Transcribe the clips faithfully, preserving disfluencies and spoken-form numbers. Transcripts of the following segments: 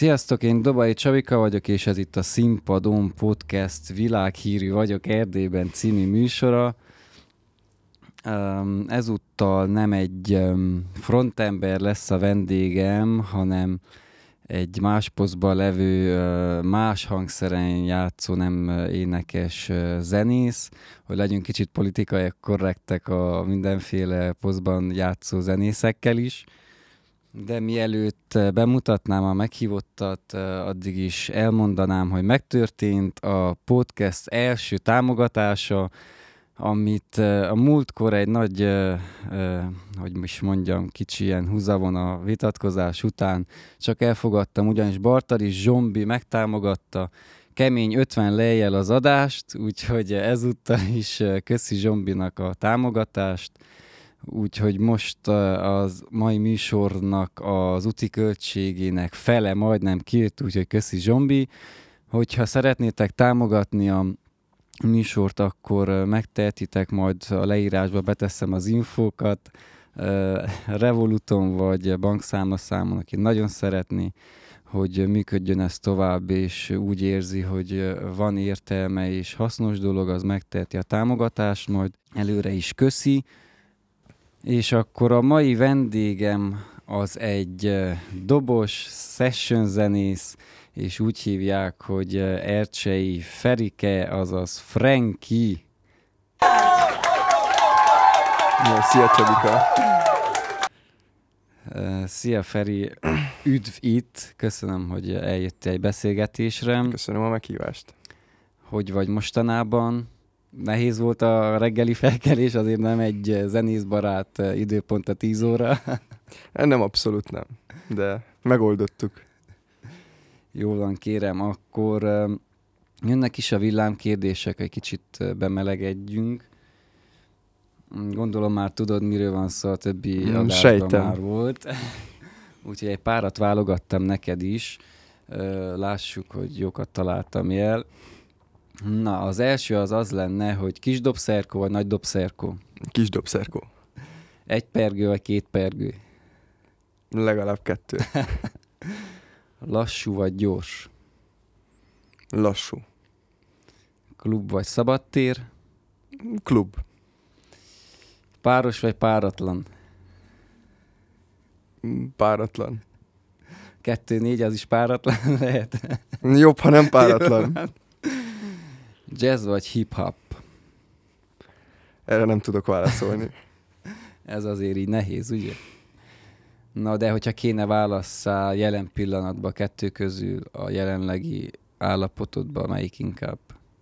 Sziasztok, én Dobai Csavika vagyok, és ez itt a Színpadon Podcast Világhírű vagyok Erdélyben című műsora. Ezúttal nem egy frontember lesz a vendégem, hanem egy más posztban levő, más hangszeren játszó, nem énekes zenész, hogy legyünk kicsit politikai korrektek a mindenféle posztban játszó zenészekkel is. De mielőtt bemutatnám a meghívottat, addig is elmondanám, hogy megtörtént a podcast első támogatása, amit a múltkor egy nagy, hogy is mondjam, kicsi ilyen húzavona vitatkozás után csak elfogadtam, ugyanis Bartali Zsombi megtámogatta kemény ötven lejjel az adást, úgyhogy ezúttal is köszi Zsombinak a támogatást. Úgyhogy most az mai műsornak az úti költségének fele majdnem kijött, úgyhogy köszi Zsombi. Hogyha szeretnétek támogatni a műsort, akkor megtehetitek, majd a leírásba beteszem az infókat. Revoluton vagy bankszámlaszámon, aki nagyon szeretné, hogy működjön ez tovább, és úgy érzi, hogy van értelme és hasznos dolog, az megteheti a támogatást, majd előre is köszi. És akkor a mai vendégem az egy dobos, session zenész, és úgy hívják, hogy Ercsei Ferike, azaz Frankie. Ja, szia Csabika! Szia Feri, üdv itt, köszönöm, hogy eljöttél egy beszélgetésre. Köszönöm a meghívást. Hogy vagy mostanában? Nehéz volt a reggeli felkelés, azért nem egy zenészbarát időpont a tíz óra. Nem, abszolút nem, de megoldottuk. Jól van, kérem, akkor jönnek is a villámkérdések, egy kicsit bemelegedjünk. Gondolom már tudod, miről van szó, a többi mm, adásban sejtem. már volt. Úgyhogy egy párat válogattam neked is. Lássuk, hogy jókat találtam el. Na, az első az az lenne, hogy kis dobszerkó vagy nagy dobszerkó? Kis dobszerkó. Egy pergő vagy két pergő? Legalább kettő. Lassú vagy gyors? Lassú. Klub vagy szabadtér? Klub. Páros vagy páratlan? Páratlan. Kettő négy, az is páratlan lehet? Jobb, ha nem páratlan. Jazz vagy hip-hop? Erre nem tudok válaszolni. Ez azért így nehéz, ugye? Na, de hogyha kéne válasszál jelen pillanatban kettő közül a jelenlegi állapotodban, melyik inkább?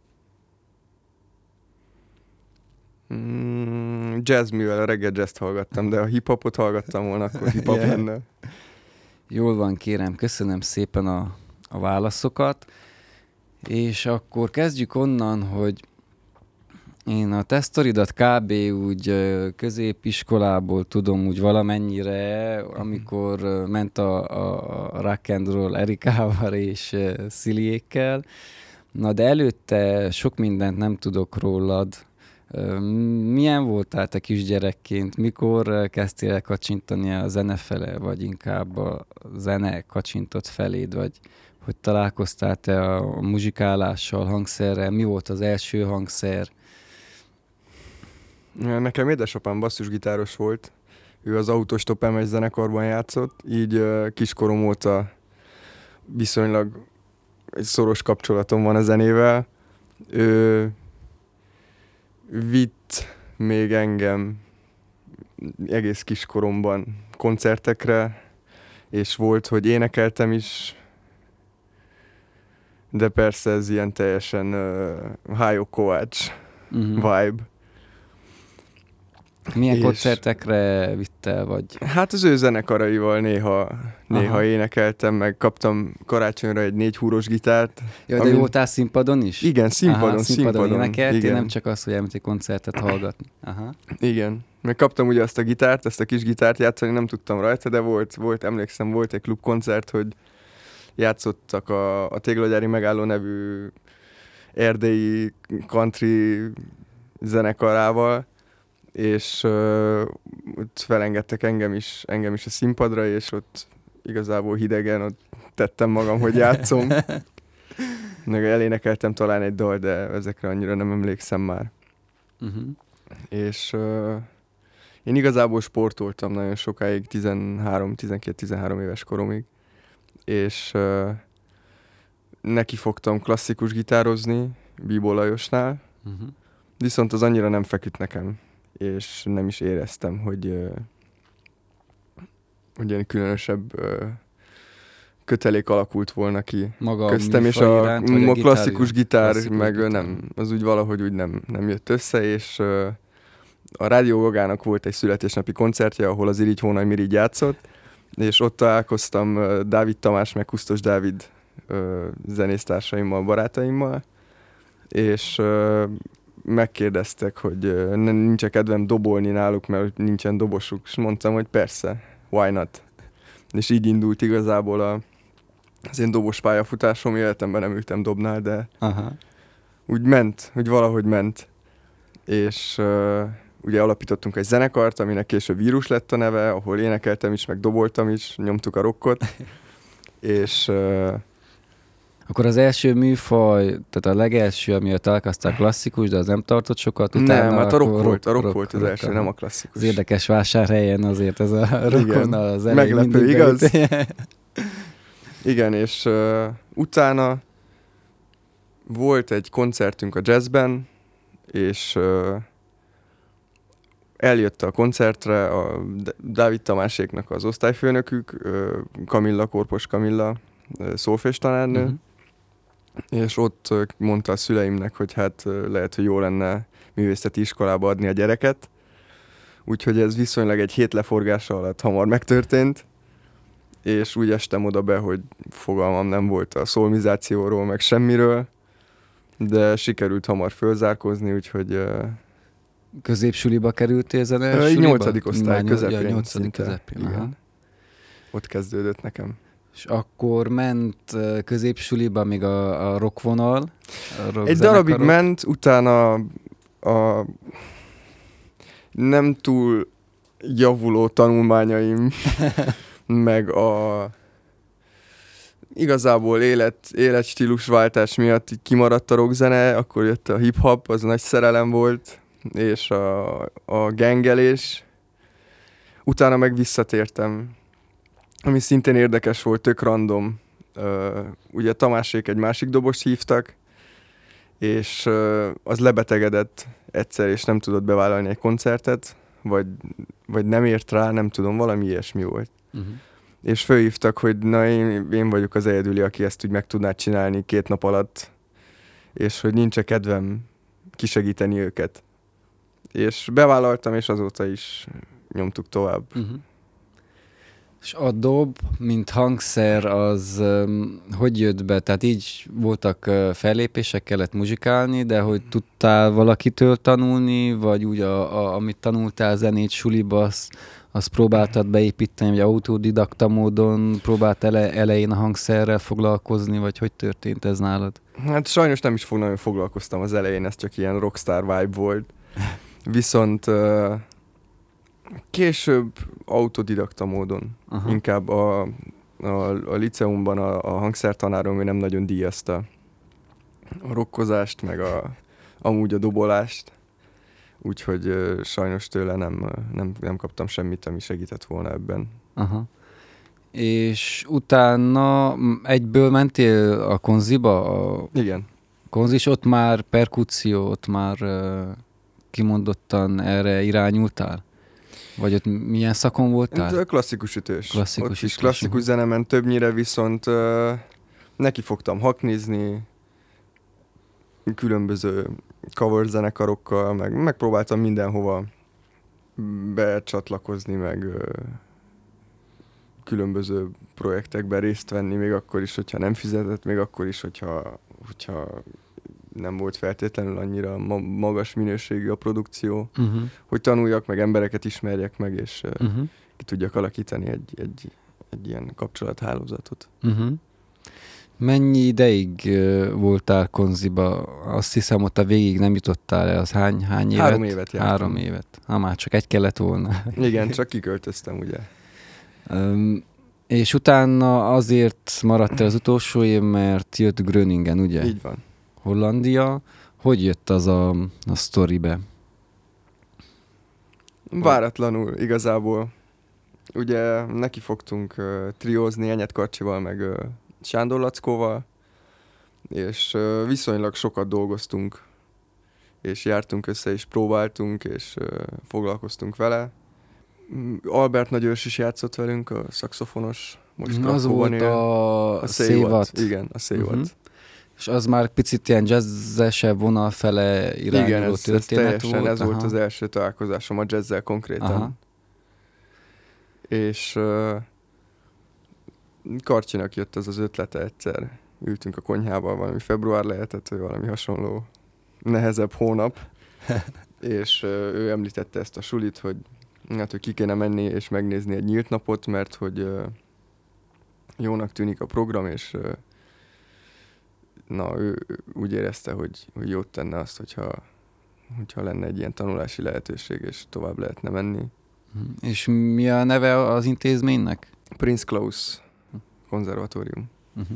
Mm, jazz, mivel a reggel jazzt hallgattam, de ha hip-hopot hallgattam volna, akkor hip-hop yeah. lenne. Jól van, kérem, köszönöm szépen a, a válaszokat. És akkor kezdjük onnan, hogy én a te sztoridat kb. Úgy középiskolából tudom úgy valamennyire, amikor ment a, a rock and roll Erikával és Sziliékkel. Na de előtte sok mindent nem tudok rólad. Milyen voltál te kisgyerekként? Mikor kezdtél el kacsintani a zene fele, vagy inkább a zene kacsintott feléd, vagy hogy találkoztál te a muzsikálással, hangszerrel? Mi volt az első hangszer? Nekem édesapám basszusgitáros volt. Ő az Autostop em egy zenekarban játszott, így uh, kiskorom óta viszonylag egy szoros kapcsolatom van a zenével. Ő vitt még engem egész kiskoromban koncertekre, és volt, hogy énekeltem is, de persze ez ilyen teljesen uh, Hájó Kovács uh-huh. vibe. Milyen és koncertekre vittel, vagy? Hát az ő zenekaraival néha, néha énekeltem, meg kaptam karácsonyra egy négy húros gitárt. Jó, de amin... voltál színpadon is? Igen, színpadon, Aha, színpadon. színpadon énekeltél, nem csak az, hogy elmentél koncertet hallgatni. Aha. Igen, meg kaptam ugye azt a gitárt, ezt a kis gitárt játszani, nem tudtam rajta, de volt, volt emlékszem, volt egy klubkoncert, hogy játszottak a, a Téglagyári Megálló nevű erdélyi country zenekarával, és uh, ott felengedtek engem is, engem is a színpadra, és ott igazából hidegen ott tettem magam, hogy játszom. Meg elénekeltem talán egy dal, de ezekre annyira nem emlékszem már. Uh-huh. És uh, én igazából sportoltam nagyon sokáig, tizenhárom, tizenkét, tizenhárom éves koromig. És uh, neki fogtam klasszikus gitározni, Bíbó Lajosnál. Uh-huh. Viszont az annyira nem feküdt nekem, és nem is éreztem, hogy, uh, hogy ilyen különösebb uh, kötelék alakult volna ki Maga köztem, és műfaj a, iránt, vagy a a klasszikus gitár, klasszikus meg gitár. nem, az úgy valahogy úgy nem, nem jött össze, és uh, a Rádió Gagának volt egy születésnapi koncertje, ahol az Irigy Hónai Mirigy játszott, és ott találkoztam uh, Dávid Tamás, meg Kusztos Dávid uh, zenésztársaimmal, barátaimmal, és uh, megkérdeztek, hogy uh, nincs kedvem dobolni náluk, mert nincsen dobosuk, és mondtam, hogy persze, why not? És így indult igazából a, az én dobos pályafutásom, életemben nem ültem dobnál, de Aha. úgy ment, úgy valahogy ment. És uh, ugye alapítottunk egy zenekart, aminek később Vírus lett a neve, ahol énekeltem is, meg doboltam is, nyomtuk a rockot, és... Uh, Akkor az első műfaj, tehát a legelső, amivel találkoztál klasszikus, de az nem tartott sokat, utána... Nem, hát a rock, rock volt, a rock, rock volt az rock, első, aha. nem a klasszikus. Az érdekes vásárhelyen azért ez a rockonnal az elején meglepő, mindig igaz? beüt. Igen, és uh, utána volt egy koncertünk a jazzben, és uh, eljött a koncertre a Dávid Tamáséknak az osztályfőnökük, uh, Kamilla, Korpos Kamilla, uh, szólfés tanárnő, Uh-huh. és ott uh, mondta a szüleimnek, hogy hát uh, lehet, hogy jó lenne művészeti iskolába adni a gyereket. Úgyhogy ez viszonylag egy hét leforgása alatt hamar megtörtént, és úgy estem oda be, hogy fogalmam nem volt a szolmizációról, meg semmiről, de sikerült hamar fölzárkózni, úgyhogy... Uh, Középsuliba kerültél zene? uh, suliba? nyolcadik osztály Már közepén. Ja, nyolcadik szinte. közepén, aha. Igen. Ott kezdődött nekem. És akkor ment uh, középsuliba még a, a rock vonal? A rock Egy zenekarok? darabig ment, utána a nem túl javuló tanulmányaim, meg a igazából élet, életstílusváltás miatt így kimaradt a rockzene, akkor jött a hip-hop, az nagy szerelem volt, és a, a gengelés. Utána meg visszatértem, ami szintén érdekes volt, tök random. Uh, ugye Tamásék egy másik dobost hívtak, és uh, az lebetegedett egyszer, és nem tudott bevállalni egy koncertet, vagy, vagy nem ért rá, nem tudom, valami ilyesmi volt. Uh-huh. És fölhívtak, hogy na én, én vagyok az egyedüli, aki ezt úgy meg tudná csinálni két nap alatt, és hogy nincs kedvem kisegíteni őket. És bevállaltam, és azóta is nyomtuk tovább. Uh-huh. És a dob, mint hangszer, az um, hogy jött be? Tehát így voltak uh, fellépések, kellett muzsikálni, de hogy tudtál valakitől tanulni, vagy úgy, a, a, amit tanultál zenét suliba, azt, azt próbáltad beépíteni, vagy autodidakta módon próbált ele, elején a hangszerrel foglalkozni, vagy hogy történt ez nálad? Hát sajnos nem is fog nagyon foglalkoztam az elején, ez csak ilyen rockstar vibe volt. Viszont uh, később autodidakta módon. Aha. Inkább a, a, a liceumban a, a hangszertanárom ő nem nagyon díjazta a rockozást, meg a, amúgy a dobolást. Úgyhogy uh, sajnos tőle nem, uh, nem, nem kaptam semmit, ami segített volna ebben. Aha. És utána egyből mentél a konziba? A Igen. konzi, és ott már perkúció, ott már uh, kimondottan erre irányultál? Vagy ott milyen szakon voltál? De klasszikus ütős. Klasszikus ott is ütős, klasszikus uh-huh. zene ment többnyire, viszont uh, neki fogtam haknizni, különböző cover zenekarokkal, meg megpróbáltam mindenhova becsatlakozni, meg uh, különböző projektekben részt venni, még akkor is, hogyha nem fizetett, még akkor is, hogyha, hogyha nem volt feltétlenül annyira ma- magas minőségű a produkció, Uh-huh. hogy tanuljak, meg embereket ismerjek meg, és uh, Uh-huh. ki tudjak alakítani egy, egy, egy ilyen kapcsolathálózatot. Uh-huh. Mennyi ideig uh, voltál konziba? Azt hiszem, ott a végig nem jutottál el, az hány, hány évet? Három évet jártam. Három évet. Ha már csak egy kellett volna. Igen, csak kiköltöztem, ugye. Um, És utána azért maradt el az utolsó év, mert jött Groningen, ugye? Így van. Hollandia. Hogy jött az a, a sztoribe? Váratlanul igazából. Ugye neki fogtunk uh, triózni Enyet Karcsival, meg uh, Sándor Lackóval, és uh, viszonylag sokat dolgoztunk, és jártunk össze, és próbáltunk, és uh, foglalkoztunk vele. Albert Nagyőrs is játszott velünk, a szaxofonos, most az volt él. a, a Szévat. Igen, a Szévat. Uh-huh. És az már picit ilyen jazzesebb vonal fele irányuló igen, ez, történet ez teljesen, volt. ez Aha. volt az első találkozásom a jazzzel konkrétan. Aha. És uh, Karcsinak jött ez az ötlete egyszer. Ültünk a konyhában, valami február lehetett, vagy valami hasonló nehezebb hónap. és uh, ő említette ezt a sulit, hogy hát, hogy ki kéne menni és megnézni egy nyílt napot, mert hogy uh, jónak tűnik a program, és uh, na, ő úgy érezte, hogy, hogy jót tenne azt, hogyha, hogyha lenne egy ilyen tanulási lehetőség, és tovább lehetne menni. És mi a neve az intézménynek? Prince Claus konzervatórium. Uh-huh.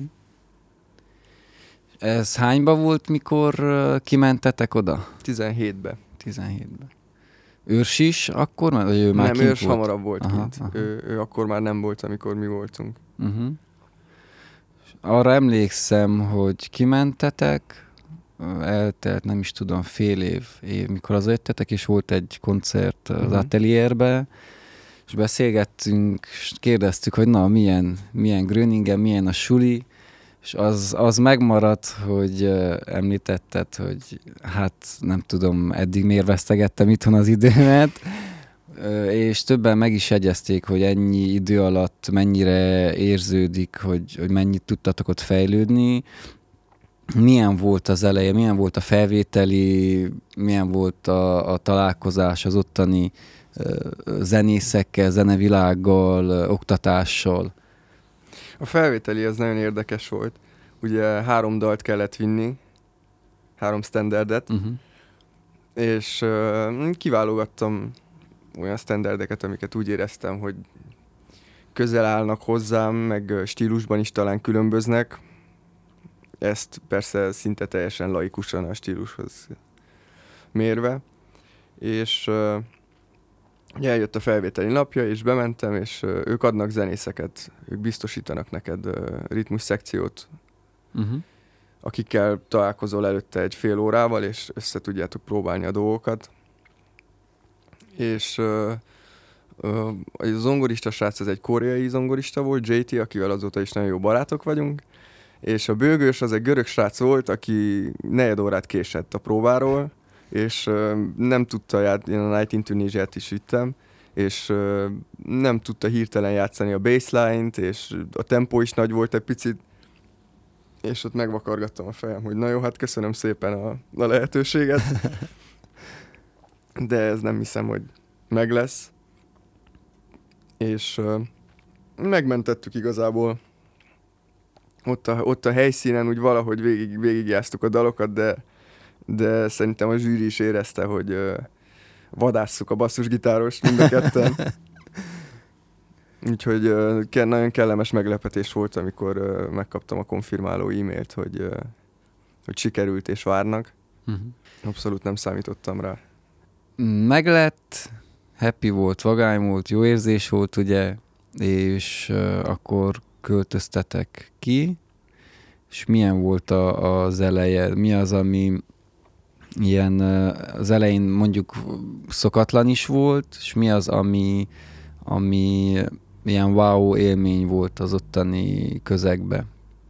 Ez hányba volt, mikor kimentetek oda? tizenhétbe. tizenhétbe. Őrs is akkor? Vagy ő már nem, kint Őrs volt? hamarabb volt aha, kint. Aha. Ő, ő akkor már nem volt, amikor mi voltunk. Uh-huh. Arra emlékszem, hogy kimentetek, eltelt nem is tudom fél év, év mikor hazajöttetek, és volt egy koncert az uh-huh. Atelierbe, és beszélgettünk, és kérdeztük, hogy na, milyen, milyen Groningen, milyen a suli, és az, az megmaradt, hogy uh, említetted, hogy hát nem tudom, eddig miért vesztegettem itthon az időmet, uh, és többen meg is jegyezték, hogy ennyi idő alatt mennyire érződik, hogy, hogy mennyit tudtatok ott fejlődni. Milyen volt az eleje, milyen volt a felvételi, milyen volt a, a találkozás az ottani uh, zenészekkel, zenevilággal, uh, oktatással? A felvételi az nagyon érdekes volt. Ugye három dalt kellett vinni, három standardet, uh-huh. és uh, kiválogattam olyan standardeket, amiket úgy éreztem, hogy közel állnak hozzám, meg stílusban is talán különböznek. Ezt persze szinte teljesen laikusan a stílushoz mérve. És uh, eljött a felvételi napja, és bementem, és uh, ők adnak zenészeket, ők biztosítanak neked uh, ritmus szekciót, uh-huh. akikkel találkozol előtte egy fél órával, és össze tudjátok próbálni a dolgokat. És uh, uh, a zongorista srác, ez egy koreai zongorista volt, jé té, akivel azóta is nagyon jó barátok vagyunk, és a bőgős az egy görög srác volt, aki negyed órát késett a próbáról, és uh, nem tudta játszani, én a Night in Tunisia-t is vittem, és uh, nem tudta hirtelen játszani a bassline-t, és a tempó is nagy volt egy picit, és ott megvakargattam a fejem, hogy na jó, hát köszönöm szépen a, a lehetőséget, de ez nem hiszem, hogy meg lesz. És uh, megmentettük igazából. Ott a, ott a helyszínen úgy valahogy végig, végigjáztuk a dalokat, de, de szerintem a zsűri is érezte, hogy uh, vadásszuk a basszusgitárost mind a ketten. Úgyhogy uh, ke- nagyon kellemes meglepetés volt, amikor uh, megkaptam a konfirmáló e-mailt, hogy, uh, hogy sikerült és várnak. Uh-huh. Abszolút nem számítottam rá. Meglett, happy volt, vagány volt, jó érzés volt, ugye, és uh, akkor költöztetek ki, és milyen volt a, az eleje? Mi az, ami ilyen uh, az elején mondjuk szokatlan is volt, és mi az, ami, ami ilyen wow élmény volt az ottani közegbe?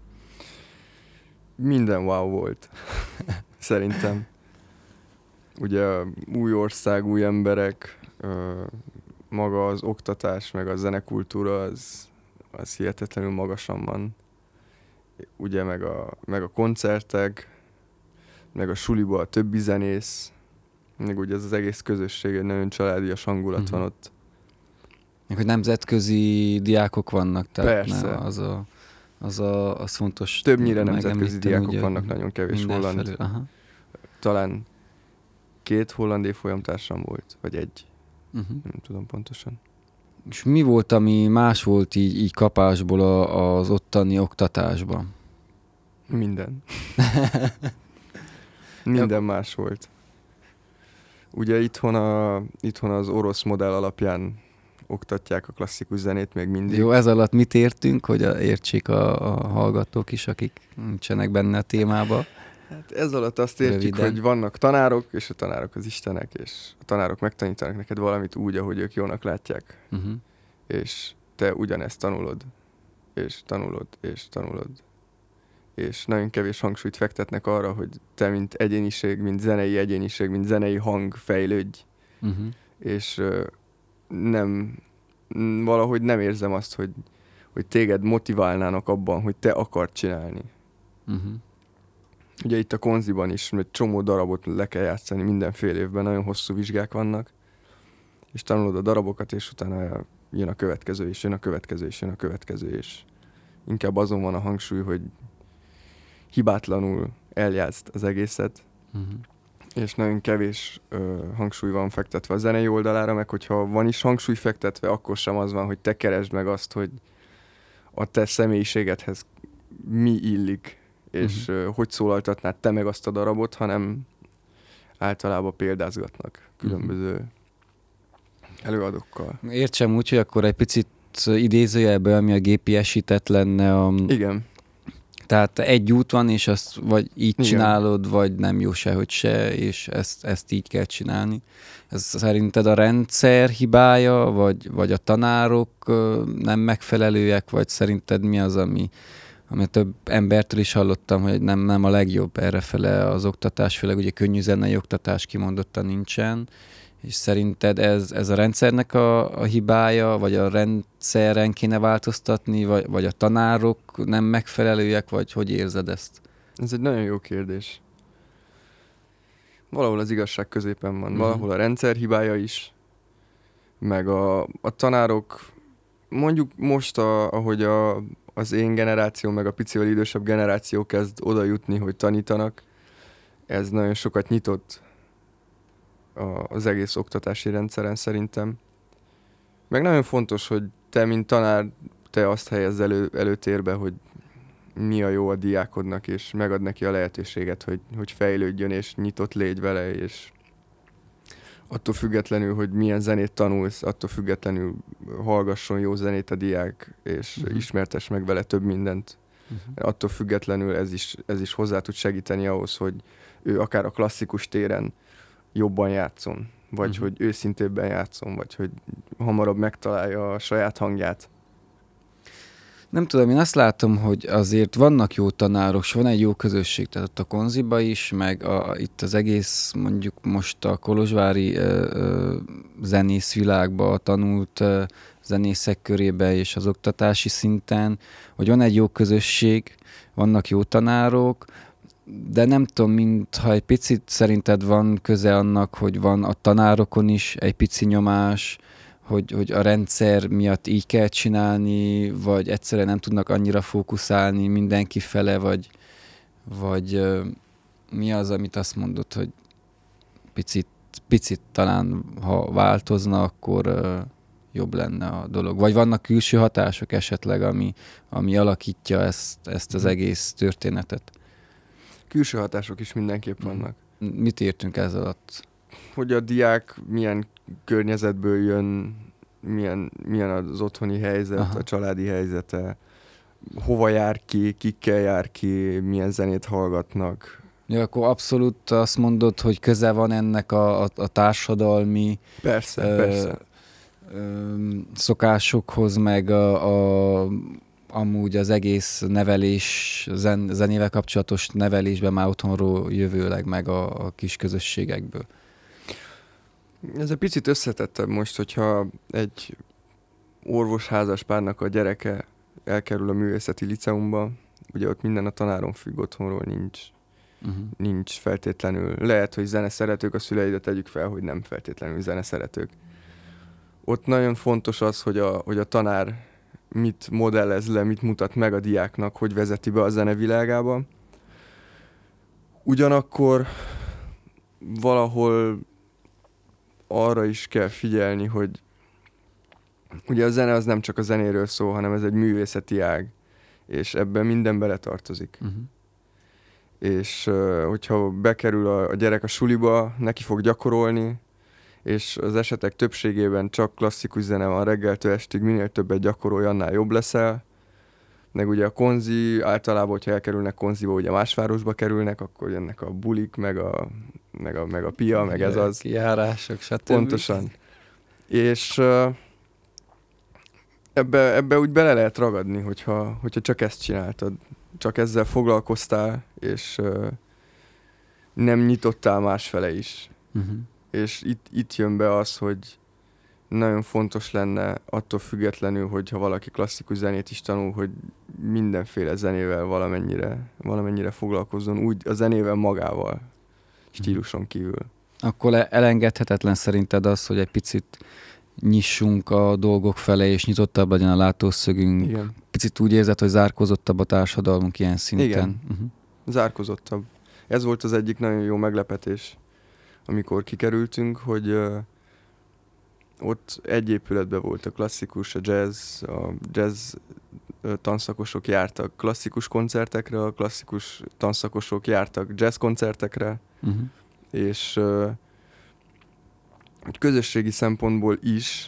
Minden wow volt, szerintem. Ugye új ország, új emberek, maga az oktatás, meg a zenekultúra az, az hihetetlenül magasan van. Ugye meg a, meg a koncertek, meg a suliba a többi zenész, meg ugye ez az egész közösség, egy nagyon családias hangulat uh-huh. van ott. Meg hogy nemzetközi diákok vannak, tehát persze. Nem, az, a, az, a, az fontos. Többnyire nemzetközi diákok ugye, vannak, nagyon kevés holland. Talán két holland évfolyamtársam volt, vagy egy. Uh-huh. Nem tudom pontosan. És mi volt, ami más volt így, így kapásból a, az ottani oktatásban? Minden. Minden más volt. Ugye itthon, a, itthon az orosz modell alapján oktatják a klasszikus zenét még mindig. Jó, ez alatt mit értünk, hogy a, értsék a, a hallgatók is, akik nincsenek benne a témába? Hát ez alatt azt értjük, Röviden. hogy vannak tanárok, és a tanárok az istenek, és a tanárok megtanítanak neked valamit úgy, ahogy ők jónak látják. Uh-huh. És te ugyanezt tanulod, és tanulod, és tanulod. És nagyon kevés hangsúlyt fektetnek arra, hogy te, mint egyéniség, mint zenei egyéniség, mint zenei hang fejlődj, Uh-huh. és ö, nem, n- valahogy nem érzem azt, hogy, hogy téged motiválnának abban, hogy te akard csinálni. Uh-huh. Ugye itt a konziban is egy csomó darabot le kell játszani minden fél évben, nagyon hosszú vizsgák vannak, és tanulod a darabokat, és utána jön a következő, és jön a következő, és jön a következő, és inkább azon van a hangsúly, hogy hibátlanul eljátszd az egészet, Uh-huh. és nagyon kevés ö, hangsúly van fektetve a zenei oldalára, meg hogyha van is hangsúly fektetve, akkor sem az van, hogy te keresd meg azt, hogy a te személyiségedhez mi illik, és Mhm. uh-huh. hogy szólaltatnád te meg azt a darabot, hanem általában példázgatnak különböző előadókkal. Értsem úgy, hogy akkor egy picit idézőjelben, ami a gé pé es-itett lenne a... Igen. Tehát egy út van, és azt vagy így Igen. csinálod, vagy nem jó sehogy se, és ezt, ezt így kell csinálni. Ez szerinted a rendszer hibája, vagy, vagy a tanárok ö, nem megfelelőek, vagy szerinted mi az, ami, ami több embertől is hallottam, hogy nem, nem a legjobb errefele az oktatás, főleg ugye könnyű zenei oktatás kimondottan nincsen, és szerinted ez, ez a rendszernek a, a hibája, vagy a rendszeren kéne változtatni, vagy, vagy a tanárok nem megfelelőek, vagy hogy érzed ezt? Ez egy nagyon jó kérdés. Valahol az igazság középen van. Mhm. Valahol a rendszer hibája is, meg a, a tanárok, mondjuk most, a, ahogy a, az én generáció, meg a picivel idősebb generáció kezd oda jutni, hogy tanítanak, ez nagyon sokat nyitott a, az egész oktatási rendszeren szerintem. Meg nagyon fontos, hogy te, mint tanár, te azt helyezz elő, előtérbe, hogy mi a jó a diákodnak, és megad neki a lehetőséget, hogy, hogy fejlődjön, és nyitott légy vele, és attól függetlenül, hogy milyen zenét tanulsz, attól függetlenül hallgasson jó zenét a diák, és Mhm. uh-huh. ismertess meg vele több mindent. Uh-huh. Attól függetlenül ez is, ez is hozzá tud segíteni ahhoz, hogy ő akár a klasszikus téren jobban játszon, vagy Mhm. hogy őszintébben játszon, vagy hogy hamarabb megtalálja a saját hangját. Nem tudom, én azt látom, hogy azért vannak jó tanárok, és van egy jó közösség, tehát ott a Konziba is, meg a, itt az egész, mondjuk most a kolozsvári ö, ö, zenészvilágba tanult ö, zenészek körébe és az oktatási szinten, hogy van egy jó közösség, vannak jó tanárok, de nem tudom, mintha egy picit szerinted van köze annak, hogy van a tanárokon is egy pici nyomás, hogy, hogy a rendszer miatt így kell csinálni, vagy egyszerűen nem tudnak annyira fókuszálni mindenki fele, vagy, vagy ö, mi az, amit azt mondod, hogy picit, picit talán, ha változna, akkor ö, jobb lenne a dolog. Vagy vannak külső hatások esetleg, ami, ami alakítja ezt, ezt az Mhm. egész történetet. Külső hatások is mindenképp Mhm. vannak. Mit értünk ez alatt? Hogy a diák milyen környezetből jön, milyen, milyen az otthoni helyzet, Aha. a családi helyzete, hova jár ki, kikkel jár ki, milyen zenét hallgatnak. Ja, akkor abszolút azt mondod, hogy köze van ennek a, a, a társadalmi Persze, ö, persze. ö, szokásokhoz, meg a, a, amúgy az egész nevelés, zen, zenével kapcsolatos nevelésben már otthonról jövőleg, meg a, a kis közösségekből. Ez egy picit összetettebb most, hogyha egy orvosházas párnak a gyereke elkerül a művészeti liceumba, ugye ott minden a tanáron függ, otthonról nincs, Uh-huh. nincs feltétlenül. Lehet, hogy zeneszeretők, a szüleidet tegyük fel, hogy nem feltétlenül zeneszeretők. Ott nagyon fontos az, hogy a, hogy a tanár mit modellez le, mit mutat meg a diáknak, hogy vezeti be a zene világába. Ugyanakkor valahol arra is kell figyelni, hogy ugye a zene az nem csak a zenéről szól, hanem ez egy művészeti ág, és ebben minden beletartozik. Uh-huh. És uh, hogyha bekerül a, a gyerek a suliba, neki fog gyakorolni, és az esetek többségében csak klasszikus zene van reggeltől estig, minél többet gyakorolj, annál jobb leszel. Meg ugye a konzi, általában, hogyha elkerülnek konziba, ugye más városba kerülnek, akkor jönnek a bulik, meg a, meg a, meg a pia, meg ez az. Kijárások, stb. Pontosan. És uh, ebbe, ebbe úgy bele lehet ragadni, hogyha, hogyha csak ezt csináltad, csak ezzel foglalkoztál, és uh, nem nyitottál másfele is. Uh-huh. És itt, itt jön be az, hogy nagyon fontos lenne attól függetlenül, hogyha valaki klasszikus zenét is tanul, hogy mindenféle zenével valamennyire, valamennyire foglalkozzon, úgy a zenével magával, stíluson kívül. Akkor elengedhetetlen szerinted az, hogy egy picit nyissunk a dolgok felé, és nyitottabb legyen a látószögünk. Igen. Picit úgy érzed, hogy zárkozottabb a társadalmunk ilyen szinten. Igen, uh-huh. zárkozottabb. Ez volt az egyik nagyon jó meglepetés, amikor kikerültünk, hogy uh, ott egy épületben volt a klasszikus, a jazz, a jazz uh, tanszakosok jártak klasszikus koncertekre, a klasszikus tanszakosok jártak jazz koncertekre, uh-huh. és uh, közösségi szempontból is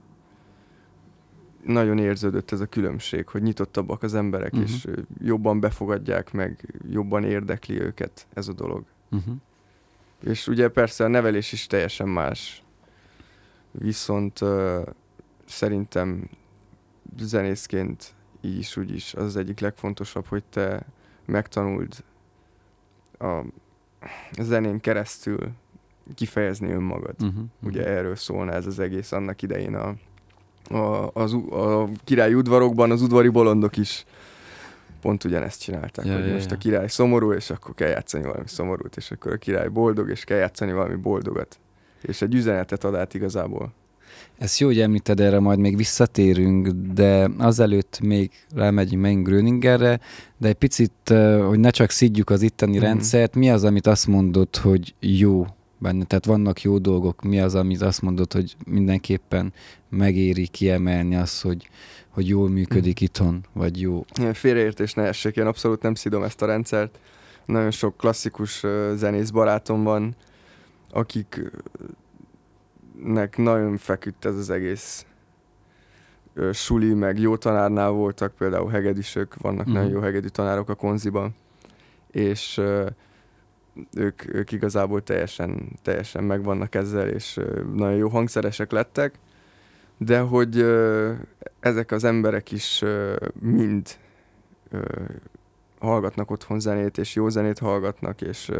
nagyon érződött ez a különbség, hogy nyitottabbak az emberek, uh-huh. és jobban befogadják meg, jobban érdekli őket ez a dolog. Uh-huh. És ugye persze a nevelés is teljesen más. Viszont uh, szerintem zenészként így is, úgy is az, az egyik legfontosabb, hogy te megtanuld a zenén keresztül kifejezni önmagad. Uh-huh. Ugye erről szólna ez az egész annak idején a, a, az, a királyi udvarokban, az udvari bolondok is pont ugyanezt csinálták, ja, hogy ja, most ja. a király szomorú, és akkor kell játszani valami szomorút, és akkor a király boldog, és kell játszani valami boldogat. És egy üzenetet ad át igazából. Ez jó, hogy említed, erre majd még visszatérünk, de azelőtt még rámegyünk megint Gröningerre, de egy picit, hogy ne csak szidjuk az itteni mm-hmm. rendszert, mi az, amit azt mondod, hogy jó benne? Tehát vannak jó dolgok, mi az, amit azt mondod, hogy mindenképpen megéri kiemelni azt, hogy, hogy jól működik mm. itthon, vagy jó? Félreértés ne essék, én abszolút nem szidom ezt a rendszert. Nagyon sok klasszikus zenész barátom van, akiknek nagyon feküdt ez az egész suli, meg jó tanárnál voltak, például hegedűsök, vannak mm. nagyon jó hegedű tanárok a konziban, és ők, ők igazából teljesen, teljesen megvannak ezzel, és nagyon jó hangszeresek lettek, de hogy ezek az emberek is mind hallgatnak otthon zenét, és jó zenét hallgatnak, és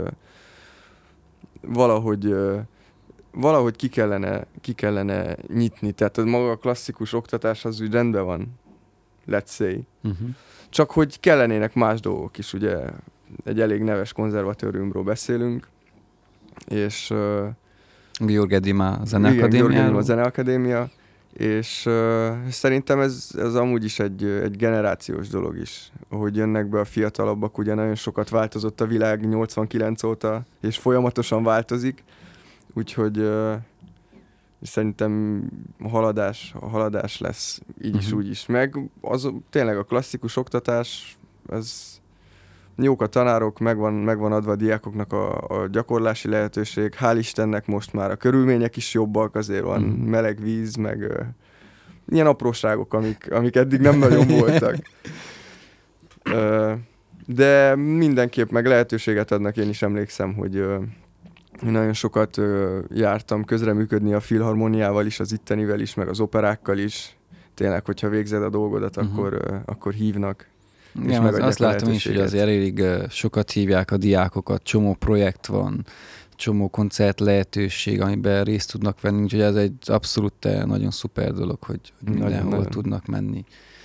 valahogy, valahogy ki kellene, ki kellene nyitni. Tehát az maga a klasszikus oktatás az úgy rendben van, let's say. Uh-huh. Csak hogy kellenének más dolgok is, ugye egy elég neves konzervatóriumról beszélünk, és György Edima Zeneakadémiáról. a Zeneakadémia, és uh, szerintem ez, ez amúgy is egy, egy generációs dolog is, ahogy jönnek be a fiatalabbak, ugye nagyon sokat változott a világ nyolcvankilenc óta, és folyamatosan változik, úgyhogy uh, szerintem a haladás, a haladás lesz így is, uh-huh. úgy is. Meg az, tényleg a klasszikus oktatás, ez jók a tanárok, megvan, megvan adva a diákoknak a, a gyakorlási lehetőség. Hál' Istennek most már a körülmények is jobbak, azért van mm. meleg víz, meg uh, ilyen apróságok, amik, amik eddig nem nagyon voltak. Uh, de mindenképp meg lehetőséget adnak, én is emlékszem, hogy uh, nagyon sokat uh, jártam közreműködni a filharmoniával is, az ittenivel is, meg az operákkal is. Tényleg, hogyha végzed a dolgodat, uh-huh. akkor, uh, akkor hívnak. Igen, az, azt látom is, hogy azért elég sokat hívják a diákokat, csomó projekt van, csomó koncert lehetőség, amiben részt tudnak venni, úgyhogy ez egy abszolút nagyon szuper dolog, hogy, hogy mindenhol nagyon. tudnak menni.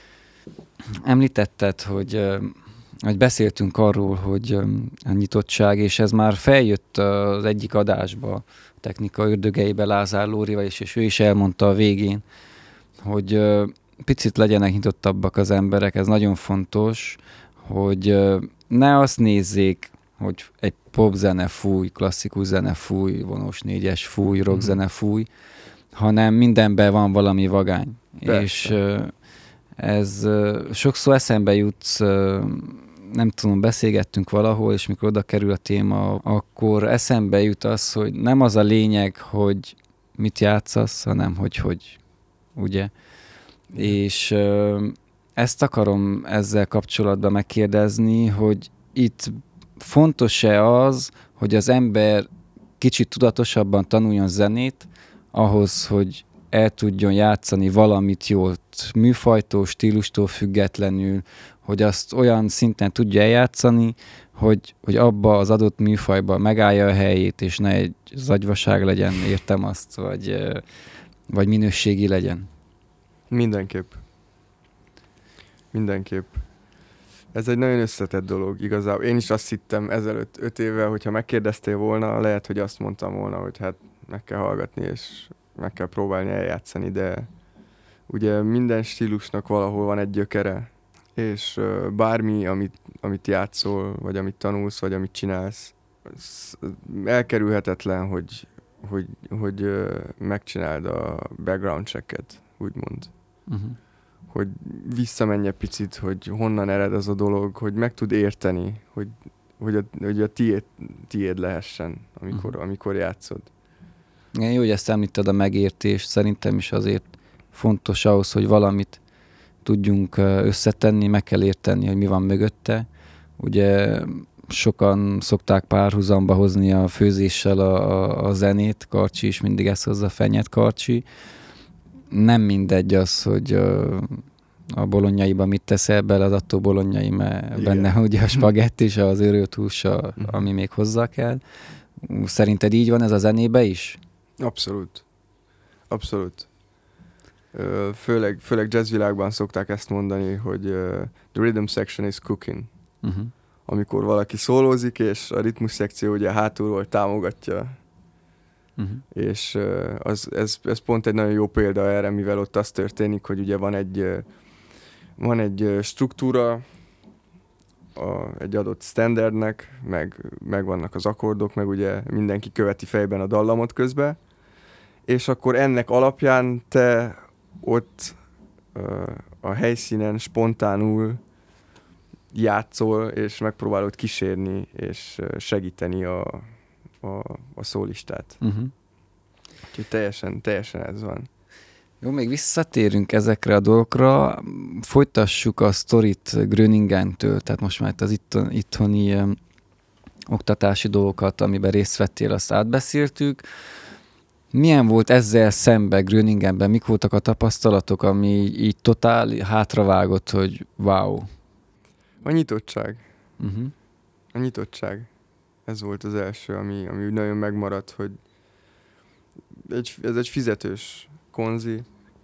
Említetted, hogy, hogy beszéltünk arról, hogy a nyitottság, és ez már feljött az egyik adásba, a technika ördögeibe Lázár Lórival is, és ő is elmondta a végén, hogy picit legyenek nyitottabbak az emberek, ez nagyon fontos, hogy ne azt nézzék, hogy egy popzene fúj, klasszikus zene fúj, vonós négyes fúj, rockzene fúj, hanem mindenben van valami vagány. Persze. És ez sokszor eszembe jutsz, nem tudom, beszélgettünk valahol, és mikor oda kerül a téma, akkor eszembe jut az, hogy nem az a lényeg, hogy mit játszasz, hanem hogy hogy, ugye? És ezt akarom ezzel kapcsolatban megkérdezni, hogy itt fontos-e az, hogy az ember kicsit tudatosabban tanuljon zenét, ahhoz, hogy el tudjon játszani valamit jól, műfajtól, stílustól függetlenül, hogy azt olyan szinten tudja eljátszani, hogy, hogy abba az adott műfajban megállja a helyét, és ne egy zagyvaság legyen, értem azt, vagy, vagy minőségi legyen. Mindenképp. Mindenképp. Ez egy nagyon összetett dolog igazából. Én is azt hittem ezelőtt öt évvel, hogyha megkérdeztél volna, lehet, hogy azt mondtam volna, hogy hát meg kell hallgatni, és meg kell próbálni eljátszani, de ugye minden stílusnak valahol van egy gyökere, és uh, bármi, amit, amit játszol, vagy amit tanulsz, vagy amit csinálsz, elkerülhetetlen, hogy, hogy, hogy uh, megcsináld a background checket, úgymond. Uh-huh. Hogy visszamenj egy picit, hogy honnan ered az a dolog, hogy meg tud érteni, hogy, hogy a, hogy a tiéd, tiéd lehessen, amikor, uh-huh. amikor játszod. Igen, jó, hogy ezt említed, a megértés. Szerintem is azért fontos ahhoz, hogy valamit tudjunk összetenni, meg kell érteni, hogy mi van mögötte. Ugye sokan szokták párhuzamba hozni a főzéssel a, a, a zenét, Karcsi is mindig ezt hozza, Fenyet Karcsi. Nem mindegy az, hogy a bolonyaiba mit teszel bele, az attól bolonyai, mert igen. Benne ugye a spagetti és az őrölt hús, a, ami még hozzá kell. Szerinted így van ez a zenébe is? Abszolút. Abszolút. Főleg, főleg jazzvilágban szokták ezt mondani, hogy uh, the rhythm section is cooking. Uh-huh. Amikor valaki szólózik, és a ritmus szekció ugye hátulról támogatja. Uh-huh. És uh, az, ez, ez pont egy nagyon jó példa erre, mivel ott az történik, hogy ugye van egy, uh, van egy uh, struktúra a, egy adott standardnek, meg, meg vannak az akkordok, meg ugye mindenki követi fejben a dallamot közben, és akkor ennek alapján te ott uh, a helyszínen spontánul játszol, és megpróbálod kísérni, és segíteni a, a, a szólistát. Uh-huh. Úgyhogy teljesen, teljesen ez van. Jó, még visszatérünk ezekre a dolgokra. Folytassuk a sztorit Gröningentől, tehát most már az itthon, itthoni um, oktatási dolgokat, amiben részt vettél, azt átbeszéltük. Milyen volt ezzel szemben Gröningenben? Mik voltak a tapasztalatok, ami így totál hátravágott, hogy wow? A nyitottság. Uh-huh. A nyitottság. Ez volt az első, ami, ami nagyon megmaradt, hogy egy, ez egy fizetős konzi,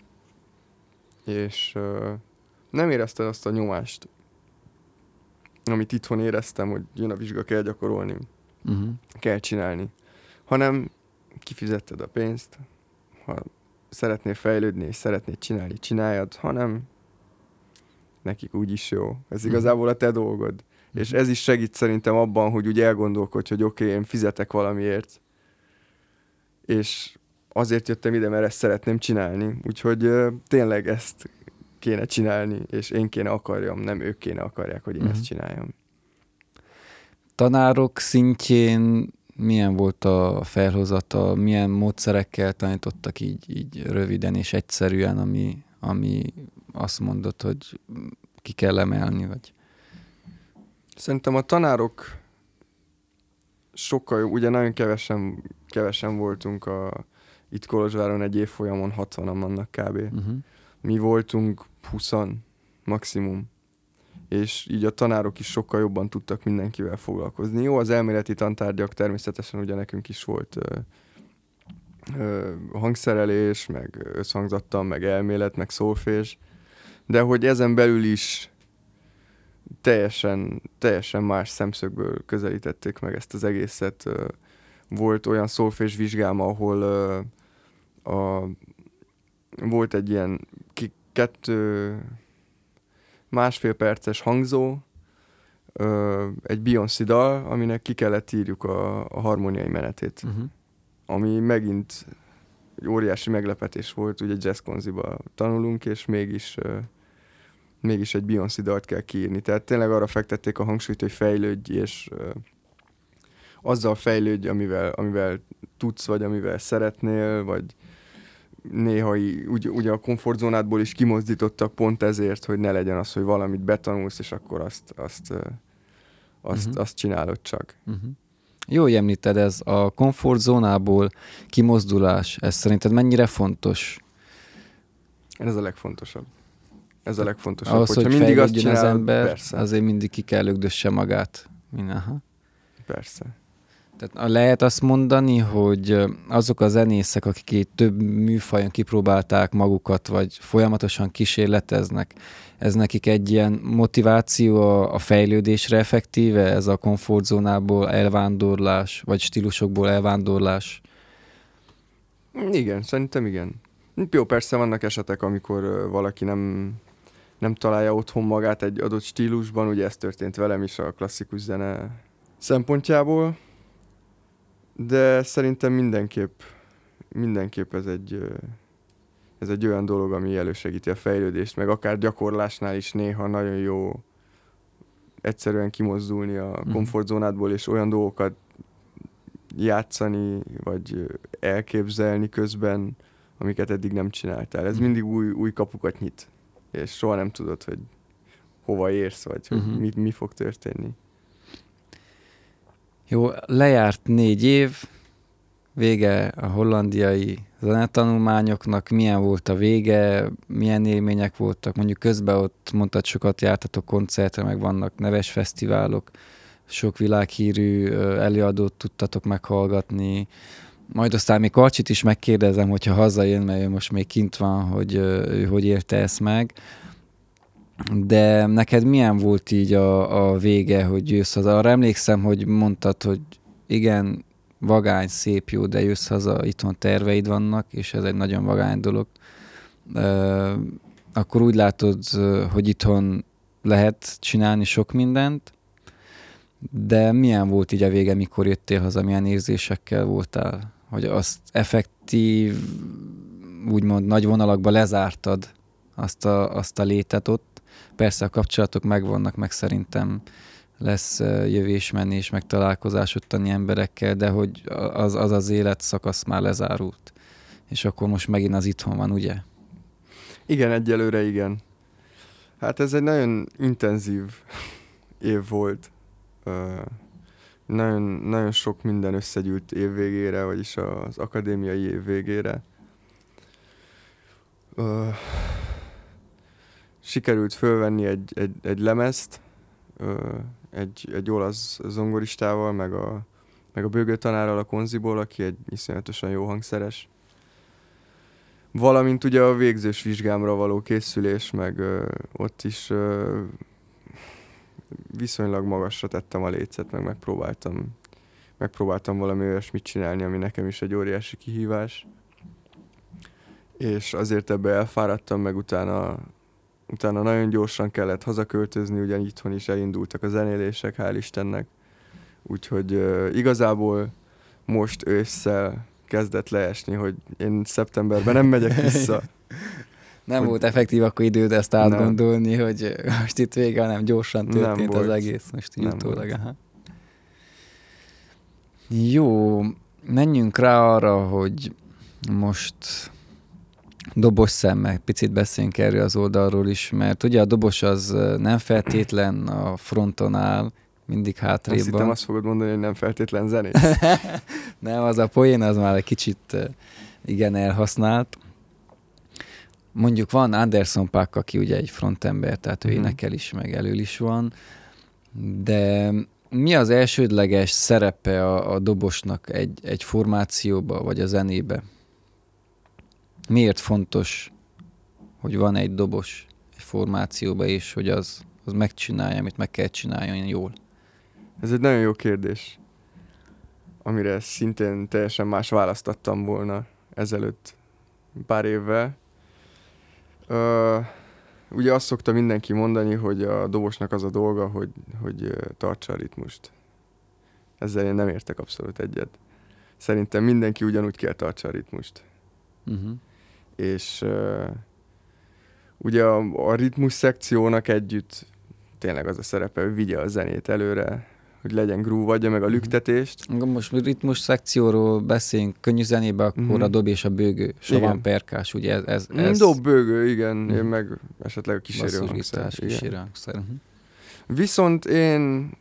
és uh, nem érezted azt a nyomást, amit itthon éreztem, hogy jön a vizsga, kell gyakorolni, uh-huh. kell csinálni, hanem kifizetted a pénzt, ha szeretnél fejlődni és szeretnél csinálni, csináljad, hanem nekik úgyis jó. Ez mm. igazából a te dolgod. Mm. És ez is segít szerintem abban, hogy úgy elgondolkodj, hogy oké, okay, én fizetek valamiért, és azért jöttem ide, mert ezt szeretném csinálni. Úgyhogy uh, tényleg ezt kéne csinálni, és én kéne akarjam, nem ők kéne akarják, hogy én mm. ezt csináljam. Tanárok szintjén milyen volt a felhozata, milyen módszerekkel tanítottak így, így röviden és egyszerűen, ami, ami azt mondod, hogy ki kell emelni, vagy? Szerintem a tanárok sokkal jobb, ugye nagyon kevesen, kevesen voltunk a, itt Kolozsváron egy évfolyamon, hatvanan vannak kb. Uh-huh. Mi voltunk huszan maximum. És így a tanárok is sokkal jobban tudtak mindenkivel foglalkozni. Jó, az elméleti tantárgyak természetesen ugye nekünk is volt ö, ö, hangszerelés, meg összhangzattan, meg elmélet, meg szólfés, de hogy ezen belül is teljesen, teljesen más szemszögből közelítették meg ezt az egészet. Ö, volt olyan szólfés vizsgám, ahol ö, a, volt egy ilyen ki, kettő másfél perces hangzó, ö, egy Beyoncé dal, aminek ki kellett írjuk a, a harmóniai menetét. Uh-huh. Ami megint hogy óriási meglepetés volt, ugye jazzkonziba tanulunk, és mégis, uh, mégis egy Beyoncé dalt kell kiírni. Tehát tényleg arra fektették a hangsúlyt, hogy fejlődj, és uh, azzal fejlődj, amivel, amivel tudsz, vagy amivel szeretnél, vagy néha úgy, ugye a komfortzónádból is kimozdítottak pont ezért, hogy ne legyen az, hogy valamit betanulsz, és akkor azt, azt, azt, uh-huh. azt csinálod csak. Uh-huh. Jó, hogy említed, ez a komfortzónából kimozdulás, ez szerinted mennyire fontos? Ez a legfontosabb. Ez a legfontosabb. Ahhoz, Hogyha hogy mindig azt csinálod, az ember, persze. azért mindig ki kell lögdösse magát. Aha. Persze. Tehát lehet azt mondani, hogy azok a zenészek, akik itt több műfajon kipróbálták magukat, vagy folyamatosan kísérleteznek, ez nekik egy ilyen motiváció a, a fejlődésre effektíve, ez a komfortzónából elvándorlás, vagy stílusokból elvándorlás? Igen, szerintem igen. Jó, persze vannak esetek, amikor valaki nem, nem találja otthon magát egy adott stílusban, ugye ez történt velem is a klasszikus zene szempontjából, de szerintem mindenképp, mindenképp ez egy, ez egy olyan dolog, ami elősegíti a fejlődést, meg akár gyakorlásnál is néha nagyon jó egyszerűen kimozdulni a komfortzónádból, és olyan dolgokat játszani, vagy elképzelni közben, amiket eddig nem csináltál. Ez mindig új, új kapukat nyit, és soha nem tudod, hogy hova érsz, vagy hogy uh-huh. mi, mi fog történni. Jó, lejárt négy év, vége a hollandiai zenetanulmányoknak, milyen volt a vége, milyen élmények voltak, mondjuk közben ott mondtad, sokat jártatok koncertre, meg vannak neves fesztiválok, sok világhírű előadót tudtatok meghallgatni, majd aztán még Karcsit is megkérdezem, hogyha hazajön, mert ő most még kint van, hogy ő hogy érte ezt meg. De neked milyen volt így a, a vége, hogy jössz haza? Arra emlékszem, hogy mondtad, hogy igen, vagány, szép, jó, de jössz haza, itthon terveid vannak, és ez egy nagyon vagány dolog. Uh, akkor úgy látod, hogy itthon lehet csinálni sok mindent, de milyen volt így a vége, mikor jöttél haza, milyen érzésekkel voltál? Hogy azt effektív, úgymond nagy vonalakba lezártad azt a, azt a létet ott. Persze a kapcsolatok megvannak, meg szerintem lesz jövés-menés, meg találkozás ottani emberekkel, de hogy az az, az életszakasz már lezárult. És akkor most megint az itthon van, ugye? Igen, egyelőre igen. Hát ez egy nagyon intenzív év volt. Uh, nagyon, nagyon sok minden összegyűlt év végére, vagyis az akadémiai év végére. Uh, sikerült fölvenni egy, egy, egy lemezt, uh, egy, egy olasz zongoristával, meg a, meg a bőgőtanárral a konziból, aki egy iszonyatosan jó hangszeres. Valamint ugye a végzős vizsgámra való készülés, meg uh, ott is uh, viszonylag magasra tettem a lécet, meg megpróbáltam, megpróbáltam valami olyasmit csinálni, ami nekem is egy óriási kihívás. És azért ebbe elfáradtam, meg utána, utána nagyon gyorsan kellett hazaköltözni, ugyan itthon is elindultak a zenélések, hál' Istennek. Úgyhogy uh, igazából most ősszel kezdett leesni, hogy én szeptemberben nem megyek vissza. Nem hogy... volt effektív akkor időd ezt átgondolni, nem. Hogy most itt vége, hanem gyorsan történt az egész. Most így utólag. Aha. Jó, menjünk rá arra, hogy most dobos szemmel, picit beszéljünk erről az oldalról is, mert ugye a dobos az nem feltétlen a fronton áll, mindig hátrébb. Azt hittem, azt fogod mondani, hogy nem feltétlen zenész. Nem, az a poén az már egy kicsit igen elhasznált. Mondjuk van Anderson Paak, aki ugye egy frontember, tehát ő mm. énekel is, meg elől is van, de mi az elsődleges szerepe a, a dobosnak egy, egy formációba, vagy a zenébe? Miért fontos, hogy van egy dobos egy formációba, és hogy az, az megcsinálja, amit meg kell csináljon jól? Ez egy nagyon jó kérdés, amire szintén teljesen más választ adtam volna ezelőtt pár évvel. Uh, ugye azt szokta mindenki mondani, hogy a dobosnak az a dolga, hogy, hogy tartsa a ritmust. Ezzel én nem értek abszolút egyet. Szerintem mindenki ugyanúgy kell tartsa a ritmust. Uh-huh. És uh, ugye a, a ritmus szekciónak együtt tényleg az a szerepe, hogy vigye a zenét előre, hogy legyen groove, adja meg a lüktetést. Most ritmus szekcióról beszélünk, könnyű zenébe, akkor uh-huh. a dob és a bőgő, savan perkás, ugye ez... ez, ez... Dob, bőgő, igen, uh-huh. én meg esetleg a kísérő hangszer. kísérő hangszer. Uh-huh. Viszont én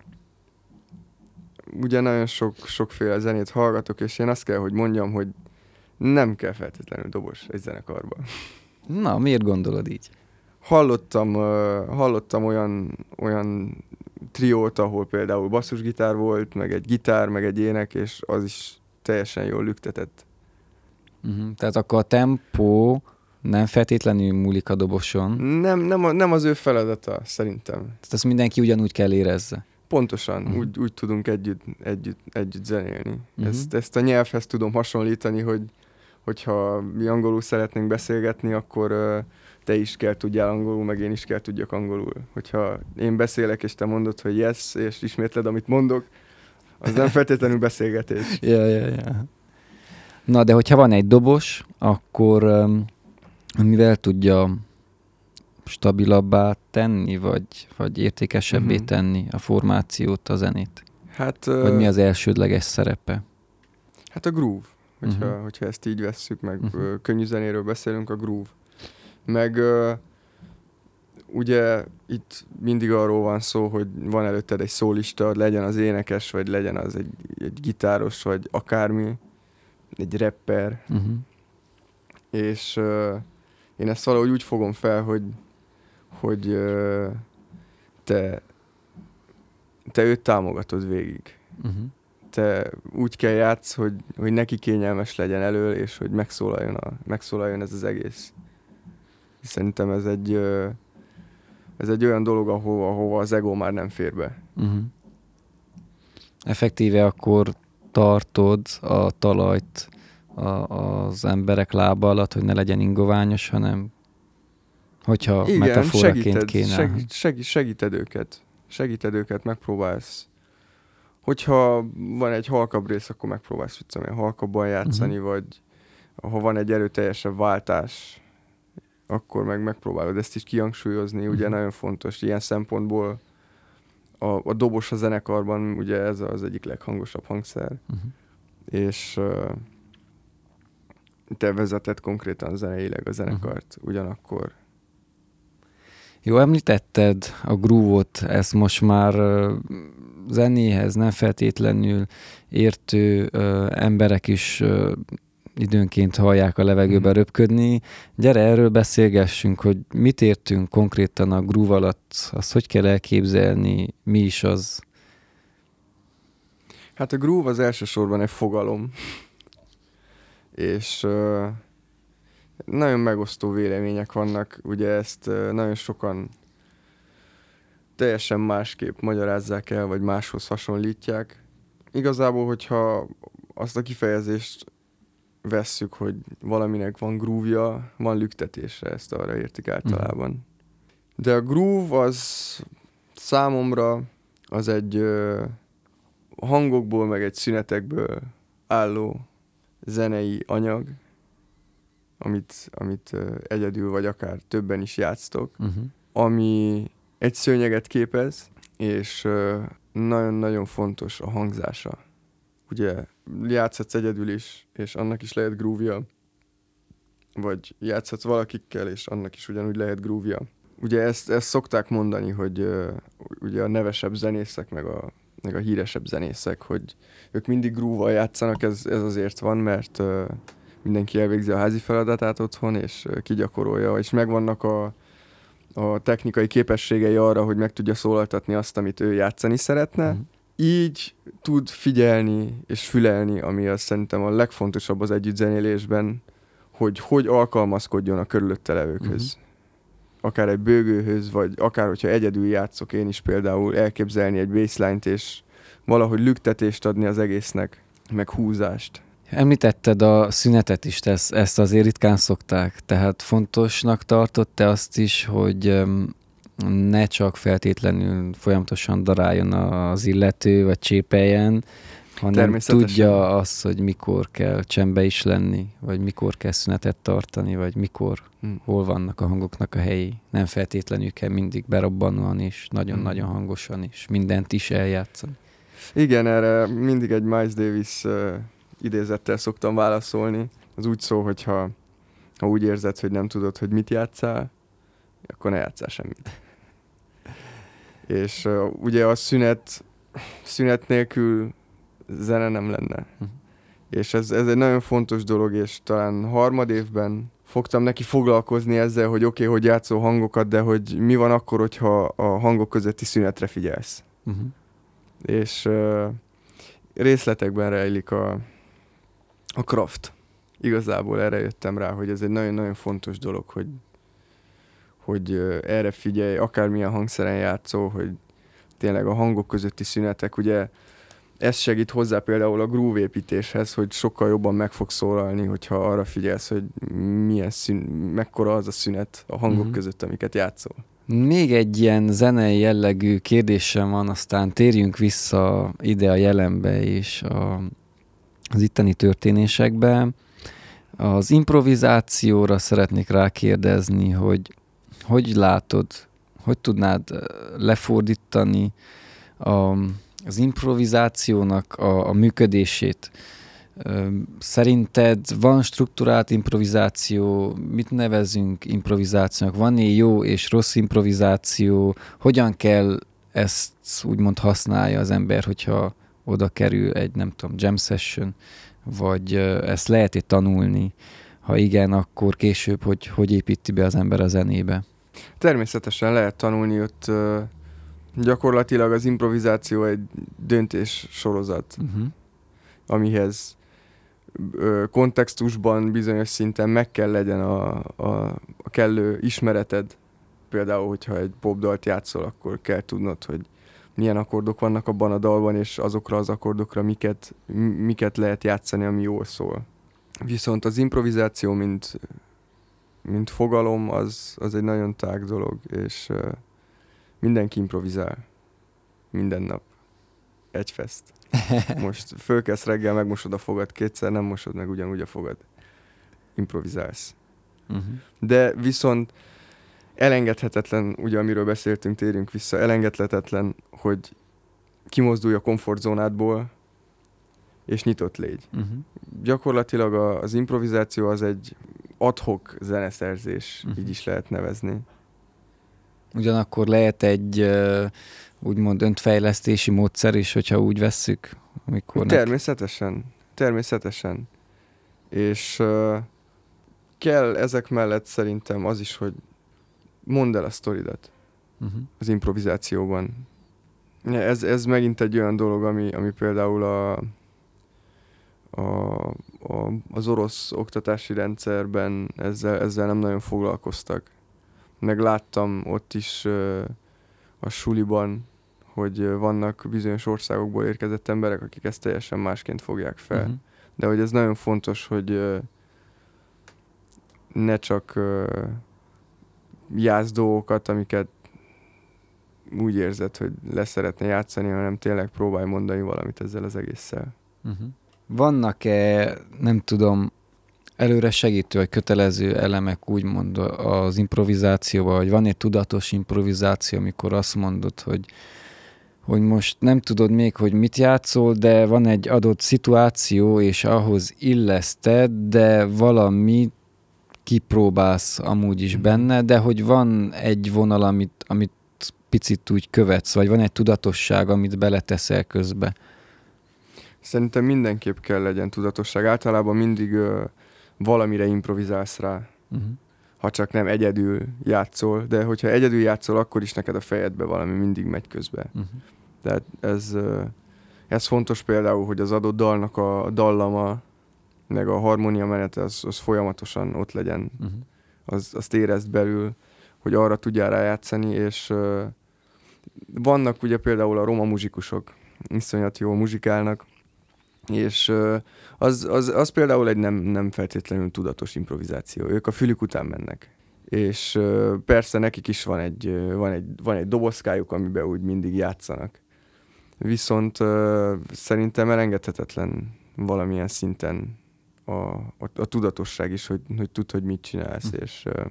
ugye nagyon sok, sokféle zenét hallgatok, és én azt kell, hogy mondjam, hogy nem kell feltétlenül dobos egy zenekarban. Na, miért gondolod így? Hallottam, uh, hallottam olyan, olyan triót, ahol például basszusgitár volt, meg egy gitár, meg egy ének, és az is teljesen jól lüktetett. Uh-huh. Tehát akkor a tempó nem feltétlenül múlik a doboson. Nem, nem, a, nem az ő feladata, szerintem. Tehát ezt mindenki ugyanúgy kell érezze. Pontosan, uh-huh. úgy, úgy tudunk együtt, együtt, együtt zenélni. Uh-huh. Ezt, ezt a nyelvhez tudom hasonlítani, hogy hogyha mi angolul szeretnénk beszélgetni, akkor uh, te is kell tudjál angolul, meg én is kell tudjak angolul. Hogyha én beszélek, és te mondod, hogy yes, és ismétled, amit mondok, az nem feltétlenül beszélgetés. Ja, ja, ja. Na, de hogyha van egy dobos, akkor um, mivel tudja stabilabbá tenni, vagy, vagy értékesebbé uh-huh. tenni a formációt, a zenét? Hát, vagy mi az elsődleges szerepe? Hát a groove, hogyha, uh-huh. hogyha ezt így vesszük, meg uh-huh. könnyű zenéről beszélünk, a groove. Meg uh, ugye itt mindig arról van szó, hogy van előtted egy szólista, legyen az énekes, vagy legyen az egy, egy gitáros, vagy akármi, egy rapper. Uh-huh. És uh, én ezt valahogy úgy fogom fel, hogy, hogy uh, te, te őt támogatod végig. Uh-huh. Te úgy kell játsz, hogy, hogy neki kényelmes legyen elől, és hogy megszólaljon, a, megszólaljon ez az egész. Szerintem ez egy, ez egy olyan dolog, ahova, ahova az ego már nem fér be. Uh-huh. Effektíve akkor tartod a talajt a, az emberek lába alatt, hogy ne legyen ingoványos, hanem hogyha igen, metaforaként segíted, kéne. Segít, segít, segíted őket. Segíted őket, megpróbálsz. Hogyha van egy halkabb rész, akkor megpróbálsz viccelni, halkabban játszani, uh-huh. vagy ha van egy erőteljesebb váltás, akkor meg megpróbálod ezt is kihangsúlyozni. Uh-huh. Ugye nagyon fontos ilyen szempontból a, a dobos a zenekarban, ugye ez az egyik leghangosabb hangszer. Uh-huh. És uh, te vezeted konkrétan zeneileg a zenekart, uh-huh. ugyanakkor. Jó, említetted a groove-ot, ezt most már uh, zenéhez nem feltétlenül értő uh, emberek is uh, időnként hallják a levegőbe röpködni. Gyere, erről beszélgessünk, hogy mit értünk konkrétan a groove alatt, azt hogy kell elképzelni, mi is az? Hát a groove az elsősorban egy fogalom, és uh, nagyon megosztó vélemények vannak, ugye ezt uh, nagyon sokan teljesen másképp magyarázzák el, vagy máshoz hasonlítják. Igazából, hogyha azt a kifejezést vesszük, hogy valaminek van groove-ja, van lüktetése, ezt arra értik általában. Mm. De a groove az számomra az egy ö, hangokból, meg egy szünetekből álló zenei anyag, amit, amit ö, egyedül vagy akár többen is játsztok, uh-huh. ami egy szőnyeget képez, és ö, nagyon-nagyon fontos a hangzása. Ugye játszhatsz egyedül is, és annak is lehet groove-ja, vagy játszhatsz valakikkel, és annak is ugyanúgy lehet groove-ja. Ugye ezt, ezt szokták mondani, hogy uh, ugye a nevesebb zenészek, meg a, meg a híresebb zenészek, hogy ők mindig groove-val játszanak, ez, ez azért van, mert uh, mindenki elvégzi a házi feladatát otthon, és uh, kigyakorolja, és megvannak a, a technikai képességei arra, hogy meg tudja szólaltatni azt, amit ő játszani szeretne. Mm. Így tud figyelni és fülelni, ami az szerintem a legfontosabb az együttzenélésben, hogy hogy alkalmazkodjon a körülötte levőkhöz. Uh-huh. Akár egy bőgőhöz, vagy akár, hogyha egyedül játszok, én is például elképzelni egy bassline-t, és valahogy lüktetést adni az egésznek, meg húzást. Említetted a szünetet is, ezt, ezt azért ritkán szokták, tehát fontosnak tartott te azt is, hogy ne csak feltétlenül folyamatosan daráljon az illető, vagy csépeljen, hanem tudja azt, hogy mikor kell csendbe is lenni, vagy mikor kell szünetet tartani, vagy mikor, hmm. hol vannak a hangoknak a helyi. Nem feltétlenül kell mindig berobbanóan és nagyon-nagyon hmm. hangosan és mindent is eljátszani. Igen, erre mindig egy Miles Davis uh, idézettel szoktam válaszolni. Az úgy szól, hogy ha, ha úgy érzed, hogy nem tudod, hogy mit játszál, akkor ne játsszál semmit. És uh, ugye a szünet, szünet nélkül zene nem lenne. Uh-huh. És ez, ez egy nagyon fontos dolog, és talán harmadévben fogtam neki foglalkozni ezzel, hogy oké, okay, hogy játszol hangokat, de hogy mi van akkor, hogyha a hangok közötti szünetre figyelsz. Uh-huh. És uh, részletekben rejlik a, a craft. Igazából erre jöttem rá, hogy ez egy nagyon-nagyon fontos dolog, hogy, hogy uh, erre figyelj, akármilyen hangszeren játszol, hogy tényleg a hangok közötti szünetek, ugye ez segít hozzá például a groove építéshez, hogy sokkal jobban meg fog szólalni, hogyha arra figyelsz, hogy milyen szün, mekkora az a szünet a hangok uh-huh. között, amiket játszol. Még egy ilyen zenei jellegű kérdésem van, aztán térjünk vissza ide a jelenbe és a, az itteni történésekbe. Az improvizációra szeretnék rákérdezni, hogy hogy látod, hogy tudnád lefordítani a az improvizációnak a, a működését. Szerinted van strukturált improvizáció? Mit nevezünk improvizációnak? Van-e jó és rossz improvizáció? Hogyan kell ezt úgymond használja az ember, hogyha oda kerül egy, nem tudom, jam session, vagy ezt lehet-e tanulni? Ha igen, akkor később hogy, hogy építi be az ember a zenébe? Természetesen lehet tanulni ott. Gyakorlatilag az improvizáció egy döntés sorozat, uh-huh. amihez ö, kontextusban bizonyos szinten meg kell legyen a, a, a kellő ismereted. Például, hogyha egy popdalt játszol, akkor kell tudnod, hogy milyen akkordok vannak abban a dalban, és azokra az akkordokra miket, miket lehet játszani, ami jól szól. Viszont az improvizáció, mint, mint fogalom, az, az egy nagyon tág dolog, és ö, mindenki improvizál. Minden nap. Egy fest. Most fölkelsz reggel, megmosod a fogad kétszer, nem mosod meg ugyanúgy a fogad. Improvizálsz. Uh-huh. De viszont elengedhetetlen, ugye amiről beszéltünk, térjünk vissza, elengedhetetlen, hogy kimozdulj a komfortzónádból, és nyitott légy. Uh-huh. Gyakorlatilag a, az improvizáció az egy ad-hoc zeneszerzés, uh-huh. így is lehet nevezni. Ugyanakkor lehet egy uh, úgymond önfejlesztési módszer is, hogyha úgy vesszük, amikor... Természetesen, nek... természetesen. És uh, kell ezek mellett szerintem az is, hogy mondd el a sztoridat uh-huh. az improvizációban. Ez, ez megint egy olyan dolog, ami, ami például a, a, a, az orosz oktatási rendszerben ezzel, ezzel nem nagyon foglalkoztak. Meg láttam ott is uh, a suliban, hogy uh, vannak bizonyos országokból érkezett emberek, akik ezt teljesen másként fogják fel. Uh-huh. De hogy ez nagyon fontos, hogy uh, ne csak uh, játsz dolgokat, amiket úgy érzed, hogy leszeretne játszani, hanem tényleg próbálj mondani valamit ezzel az egésszel. Uh-huh. Vannak-e, nem tudom, előre segítő, vagy kötelező elemek úgymond az improvizációban, vagy van egy tudatos improvizáció, amikor azt mondod, hogy, hogy most nem tudod még, hogy mit játszol, de van egy adott szituáció, és ahhoz illeszted, de valami kipróbálsz amúgy is benne, de hogy van egy vonal, amit, amit picit úgy követsz, vagy van egy tudatosság, amit beleteszel közbe. Szerintem mindenképp kell legyen tudatosság. Általában mindig ö, valamire improvizálsz rá. Uh-huh. Ha csak nem egyedül játszol, de hogyha egyedül játszol, akkor is neked a fejedbe valami mindig megy közbe. Uh-huh. Tehát ez, ö, ez fontos például, hogy az adott dalnak a dallama, meg a harmónia menete, az, az folyamatosan ott legyen. Uh-huh. Az, azt érezd belül, hogy arra tudjál rájátszani, és ö, vannak ugye például a roma muzsikusok, iszonyat jól muzsikálnak, és ö, az, az, az például egy nem, nem feltétlenül tudatos improvizáció. Ők a fülük után mennek. És ö, persze nekik is van egy, van, egy, van egy dobozkájuk, amiben úgy mindig játszanak. Viszont uh, szerintem elengedhetetlen valamilyen szinten a, a, a tudatosság is, hogy, hogy tudd, hogy mit csinálsz, hm. és uh,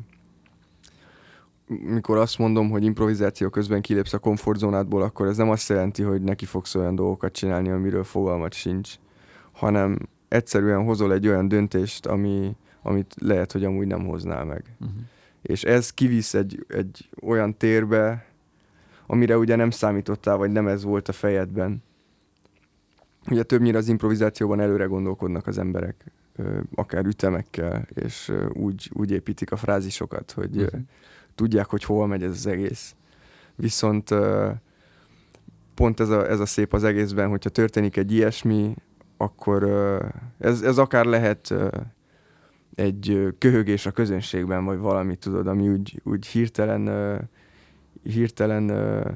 mikor azt mondom, hogy improvizáció közben kilépsz a komfortzónádból, akkor ez nem azt jelenti, hogy neki fogsz olyan dolgokat csinálni, amiről fogalmat sincs, hanem egyszerűen hozol egy olyan döntést, ami, amit lehet, hogy amúgy nem hoznál meg. Uh-huh. És ez kivisz egy, egy olyan térbe, amire ugye nem számítottál, vagy nem ez volt a fejedben. Ugye többnyire az improvizációban előre gondolkodnak az emberek, akár ütemekkel, és úgy, úgy építik a frázisokat, hogy uh-huh. tudják, hogy hova megy ez az egész. Viszont pont ez a, ez a szép az egészben, hogyha történik egy ilyesmi, akkor ez, ez akár lehet egy köhögés a közönségben, vagy valami, tudod, ami úgy, úgy hirtelen, hirtelen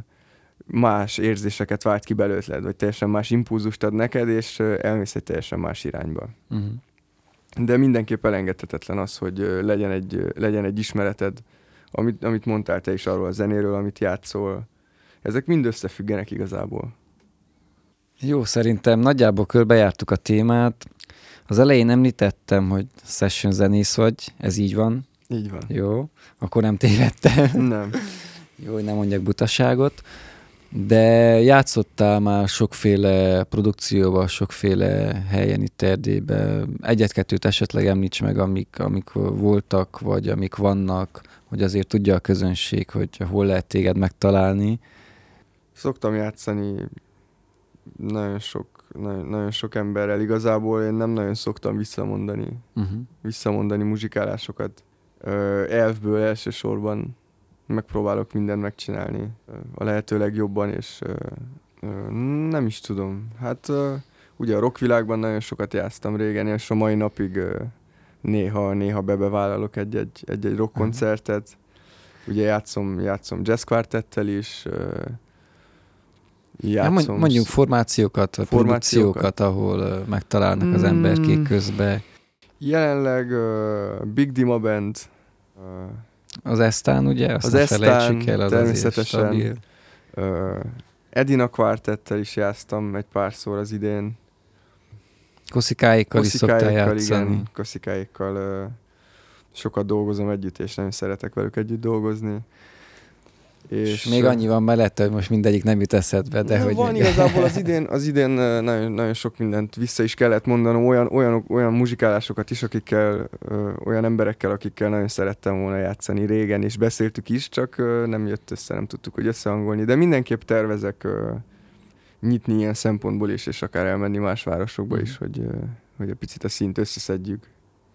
más érzéseket vált ki belőled, vagy teljesen más impulzust ad neked, és elmész egy teljesen más irányba. Uh-huh. De mindenképp elengedhetetlen az, hogy legyen egy, legyen egy ismereted, amit, amit mondtál te is arról a zenéről, amit játszol. Ezek mind összefüggenek igazából. Jó, szerintem nagyjából körbejártuk a témát. Az elején említettem, hogy session zenész vagy, ez így van? Így van. Jó, akkor nem tévedtem. Nem. Jó, hogy nem mondjak butaságot. De játszottál már sokféle produkcióban, sokféle helyen itt Erdélyben. Egyet-kettőt esetleg említs meg, amik, amik voltak, vagy amik vannak, hogy azért tudja a közönség, hogy hol lehet téged megtalálni. Szoktam játszani nagyon sok, nagyon, nagyon sok emberrel. Igazából én nem nagyon szoktam visszamondani, uh-huh. visszamondani muzsikálásokat. Elfből elsősorban megpróbálok mindent megcsinálni a lehető legjobban, és nem is tudom. Hát ugye a rockvilágban nagyon sokat játsztam régen, és a mai napig néha, néha bebevállalok egy-egy, egy-egy rockkoncertet. Ugye játszom, játszom jazz quartettel is, játszom... Ja, mondjunk formációkat, vagy produkciókat, ahol megtalálnak mm. az emberkék közben. Jelenleg uh, Big Dima Band. Uh, az Esztán, ugye? Azt az Esztán, el, az természetesen. Uh, Edina Quartettel is játsztam egy párszor az idén. Koszikáikkal is szoktál játszani. Igen, koszikáikkal uh, sokat dolgozom együtt, és nagyon szeretek velük együtt dolgozni. És, és még annyi van mellette, hogy most mindegyik nem jut eszedbe, de hogy... Van igazából az idén, az idén nagyon, nagyon sok mindent vissza is kellett mondanom, olyan, olyan, olyan muzsikálásokat is, akikkel, olyan emberekkel, akikkel nagyon szerettem volna játszani régen, és beszéltük is, csak nem jött össze, nem tudtuk, hogy összehangolni, de mindenképp tervezek nyitni ilyen szempontból is, és akár elmenni más városokba mm. is, hogy, hogy egy picit a színt összeszedjük.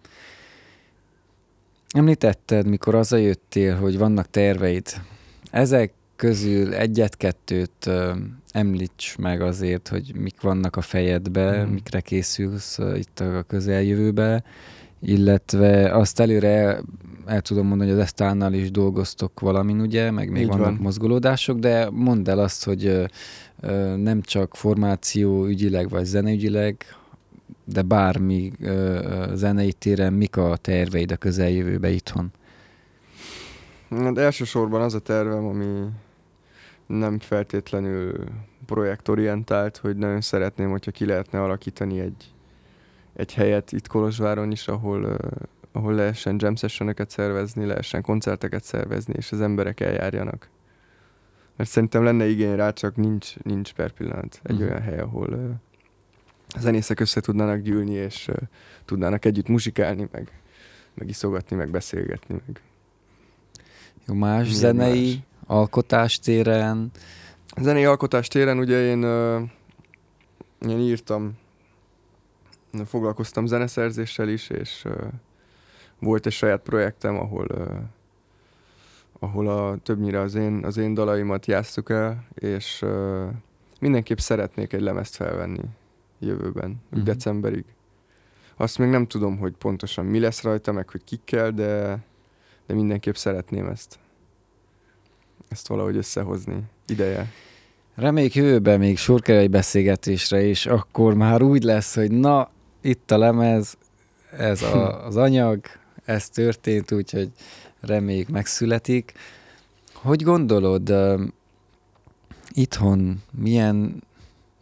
Említetted, mikor hazajöttél, hogy vannak terveid. Ezek közül egyet-kettőt uh, említs meg azért, hogy mik vannak a fejedbe, mm. mikre készülsz uh, itt a közeljövőbe, illetve azt előre el, el tudom mondani, hogy az Esztánnal is dolgoztok valamin, ugye, meg még Így vannak van. mozgolódások, de mondd el azt, hogy uh, uh, nem csak formáció ügyileg vagy zeneügyileg, de bármi uh, zenei téren mik a terveid a közeljövőbe itthon? Hát elsősorban az a tervem, ami nem feltétlenül projektorientált, hogy nagyon szeretném, hogyha ki lehetne alakítani egy, egy helyet itt Kolozsváron is, ahol, uh, ahol lehessen jam sessionöket szervezni, lehessen koncerteket szervezni, és az emberek eljárjanak. Mert szerintem lenne igény rá, csak nincs, nincs per pillanat egy uh-huh. olyan hely, ahol uh, a zenészek össze tudnának gyűlni, és uh, tudnának együtt muzsikálni, meg, meg iszogatni, meg beszélgetni, meg Jó, más Milyen zenei más? alkotás téren? Zenei alkotás téren ugye én, uh, én írtam, foglalkoztam zeneszerzéssel is, és uh, volt egy saját projektem, ahol, uh, ahol a, többnyire az én, az én dalaimat játsszuk el, és uh, mindenképp szeretnék egy lemezt felvenni jövőben, uh-huh. decemberig. Azt még nem tudom, hogy pontosan mi lesz rajta, meg hogy kikkel, de de mindenképp szeretném ezt. Ezt valahogy összehozni. Ideje. Reméljük jövőben még sor kerül egy beszélgetésre, és akkor már úgy lesz, hogy na, itt a lemez, ez a, az anyag, ez történt, úgyhogy reméljük megszületik. Hogy gondolod, uh, itthon milyen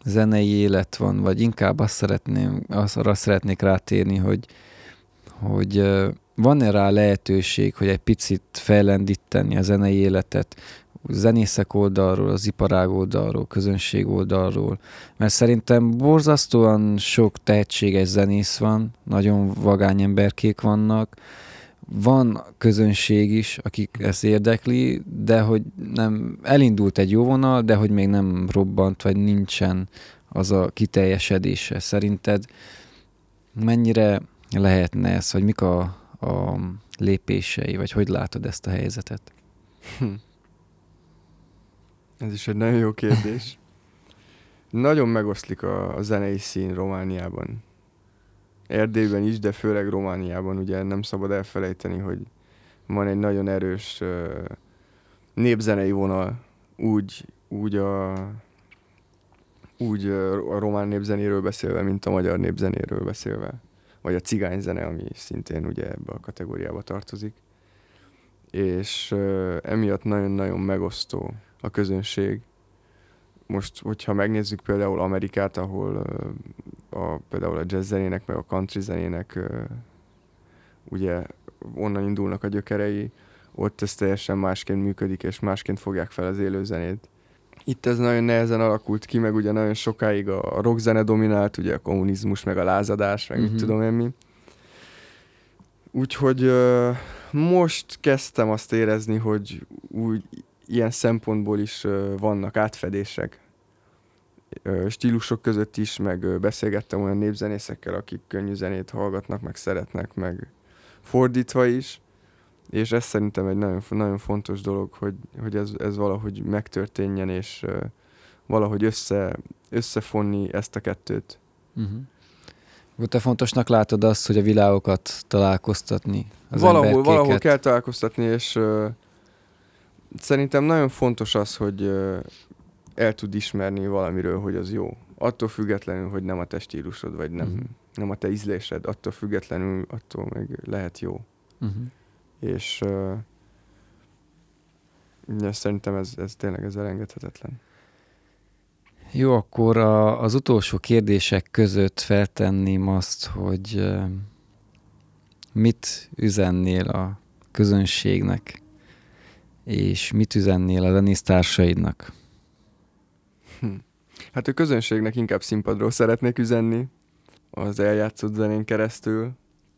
zenei élet van, vagy inkább azt szeretném, azt, arra szeretnék rátérni, hogy, hogy van-e rá lehetőség, hogy egy picit fellendíteni a zenei életet, zenészek oldalról, az iparág oldalról, közönség oldalról, mert szerintem borzasztóan sok tehetséges zenész van, nagyon vagány emberkék vannak, van közönség is, akik ezt érdekli, de hogy nem elindult egy jó vonal, de hogy még nem robbant, vagy nincsen az a kiteljesedése. Szerinted mennyire lehetne ez, vagy mik a, a lépései, vagy hogy látod ezt a helyzetet? Hm. Ez is egy nagyon jó kérdés. Nagyon megoszlik a, a zenei szín Romániában. Erdélyben is, de főleg Romániában ugye nem szabad elfelejteni, hogy van egy nagyon erős uh, népzenei vonal, úgy, úgy, a, úgy uh, a román népzenéről beszélve, mint a magyar népzenéről beszélve, vagy a cigányzene, ami szintén ugye ebbe a kategóriába tartozik. És uh, emiatt nagyon-nagyon megosztó a közönség. Most, hogyha megnézzük például Amerikát, ahol uh, a, például a jazz zenének, meg a country zenének uh, ugye onnan indulnak a gyökerei, ott ez teljesen másként működik, és másként fogják fel az élőzenét. Itt ez nagyon nehezen alakult ki, meg ugye nagyon sokáig a rockzene dominált, ugye a kommunizmus, meg a lázadás, meg uh-huh. mit tudom én mi. Úgyhogy uh, most kezdtem azt érezni, hogy úgy ilyen szempontból is uh, vannak átfedések. Uh, stílusok között is, meg uh, beszélgettem olyan népzenészekkel, akik könnyű zenét hallgatnak, meg szeretnek, meg fordítva is. És ez szerintem egy nagyon, nagyon fontos dolog, hogy, hogy ez, ez valahogy megtörténjen, és uh, valahogy össze, összefonni ezt a kettőt. Uh-huh. Te fontosnak látod azt, hogy a világokat találkoztatni, az valahol, emberkéket? Valahol kell találkoztatni, és uh, szerintem nagyon fontos az, hogy uh, el tud ismerni valamiről, hogy az jó. Attól függetlenül, hogy nem a te stílusod, vagy nem, uh-huh. nem a te ízlésed, attól függetlenül, attól meg lehet jó. Uh-huh. És uh, ja, szerintem ez, ez tényleg ez elengedhetetlen. Jó, akkor a, az utolsó kérdések között feltenném azt, hogy uh, mit üzennél a közönségnek, és mit üzennél a zenésztársaidnak? Hm. Hát a közönségnek inkább színpadról szeretnék üzenni, az eljátszott zenén keresztül.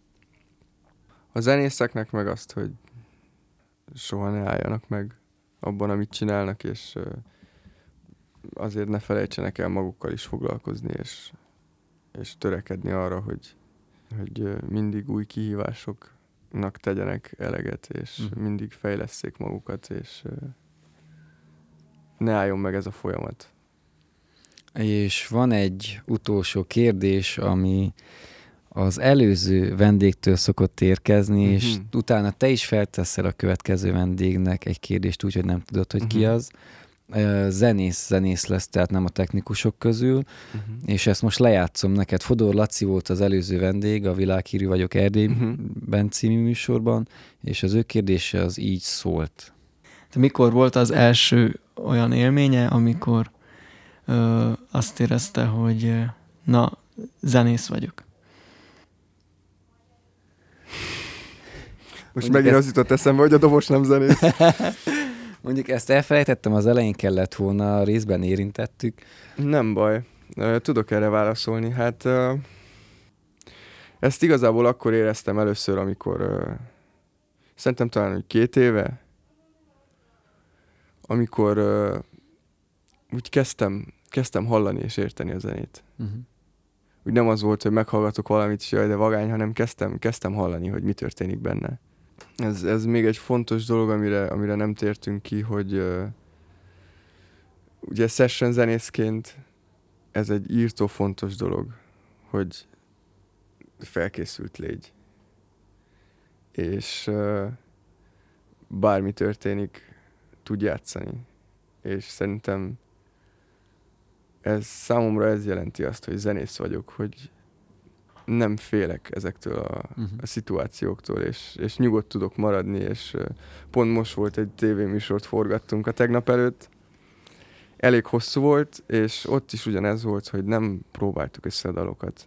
A zenészeknek meg azt, hogy soha ne álljanak meg abban, amit csinálnak, és uh, azért ne felejtsenek el magukkal is foglalkozni, és, és törekedni arra, hogy, hogy uh, mindig új kihívásoknak tegyenek eleget, és uh-huh. mindig fejlesszék magukat, és uh, ne álljon meg ez a folyamat. És van egy utolsó kérdés, ami az előző vendégtől szokott érkezni, uh-huh. és utána te is felteszel a következő vendégnek egy kérdést úgy, hogy nem tudod, hogy uh-huh. ki az. Zenész, zenész lesz, tehát nem a technikusok közül, uh-huh. és ezt most lejátszom neked. Fodor Laci volt az előző vendég, a Világhírű vagyok Erdélyben uh-huh. című műsorban, és az ő kérdése az így szólt. De mikor volt az első olyan élménye, amikor ö, azt érezte, hogy na, zenész vagyok? Most megint ezt... az jutott eszembe, hogy a dobos nem zenész. Mondjuk ezt elfelejtettem, az elején kellett volna, részben érintettük. Nem baj, tudok erre válaszolni. Hát ezt igazából akkor éreztem először, amikor szerintem talán, hogy két éve, amikor úgy kezdtem, kezdtem hallani és érteni a zenét. Uh-huh. Úgy nem az volt, hogy meghallgatok valamit, és jaj, de vagány, hanem kezdtem, kezdtem hallani, hogy mi történik benne. Ez, ez még egy fontos dolog, amire, amire nem tértünk ki, hogy uh, ugye session zenészként ez egy írtó fontos dolog, hogy felkészült légy. És uh, bármi történik, tud játszani. És szerintem ez számomra ez jelenti azt, hogy zenész vagyok, hogy nem félek ezektől a, uh-huh. a szituációktól, és, és nyugodt tudok maradni, és uh, pont most volt egy tévéműsort forgattunk a tegnap előtt, elég hosszú volt, és ott is ugyanez volt, hogy nem próbáltuk össze a dalokat.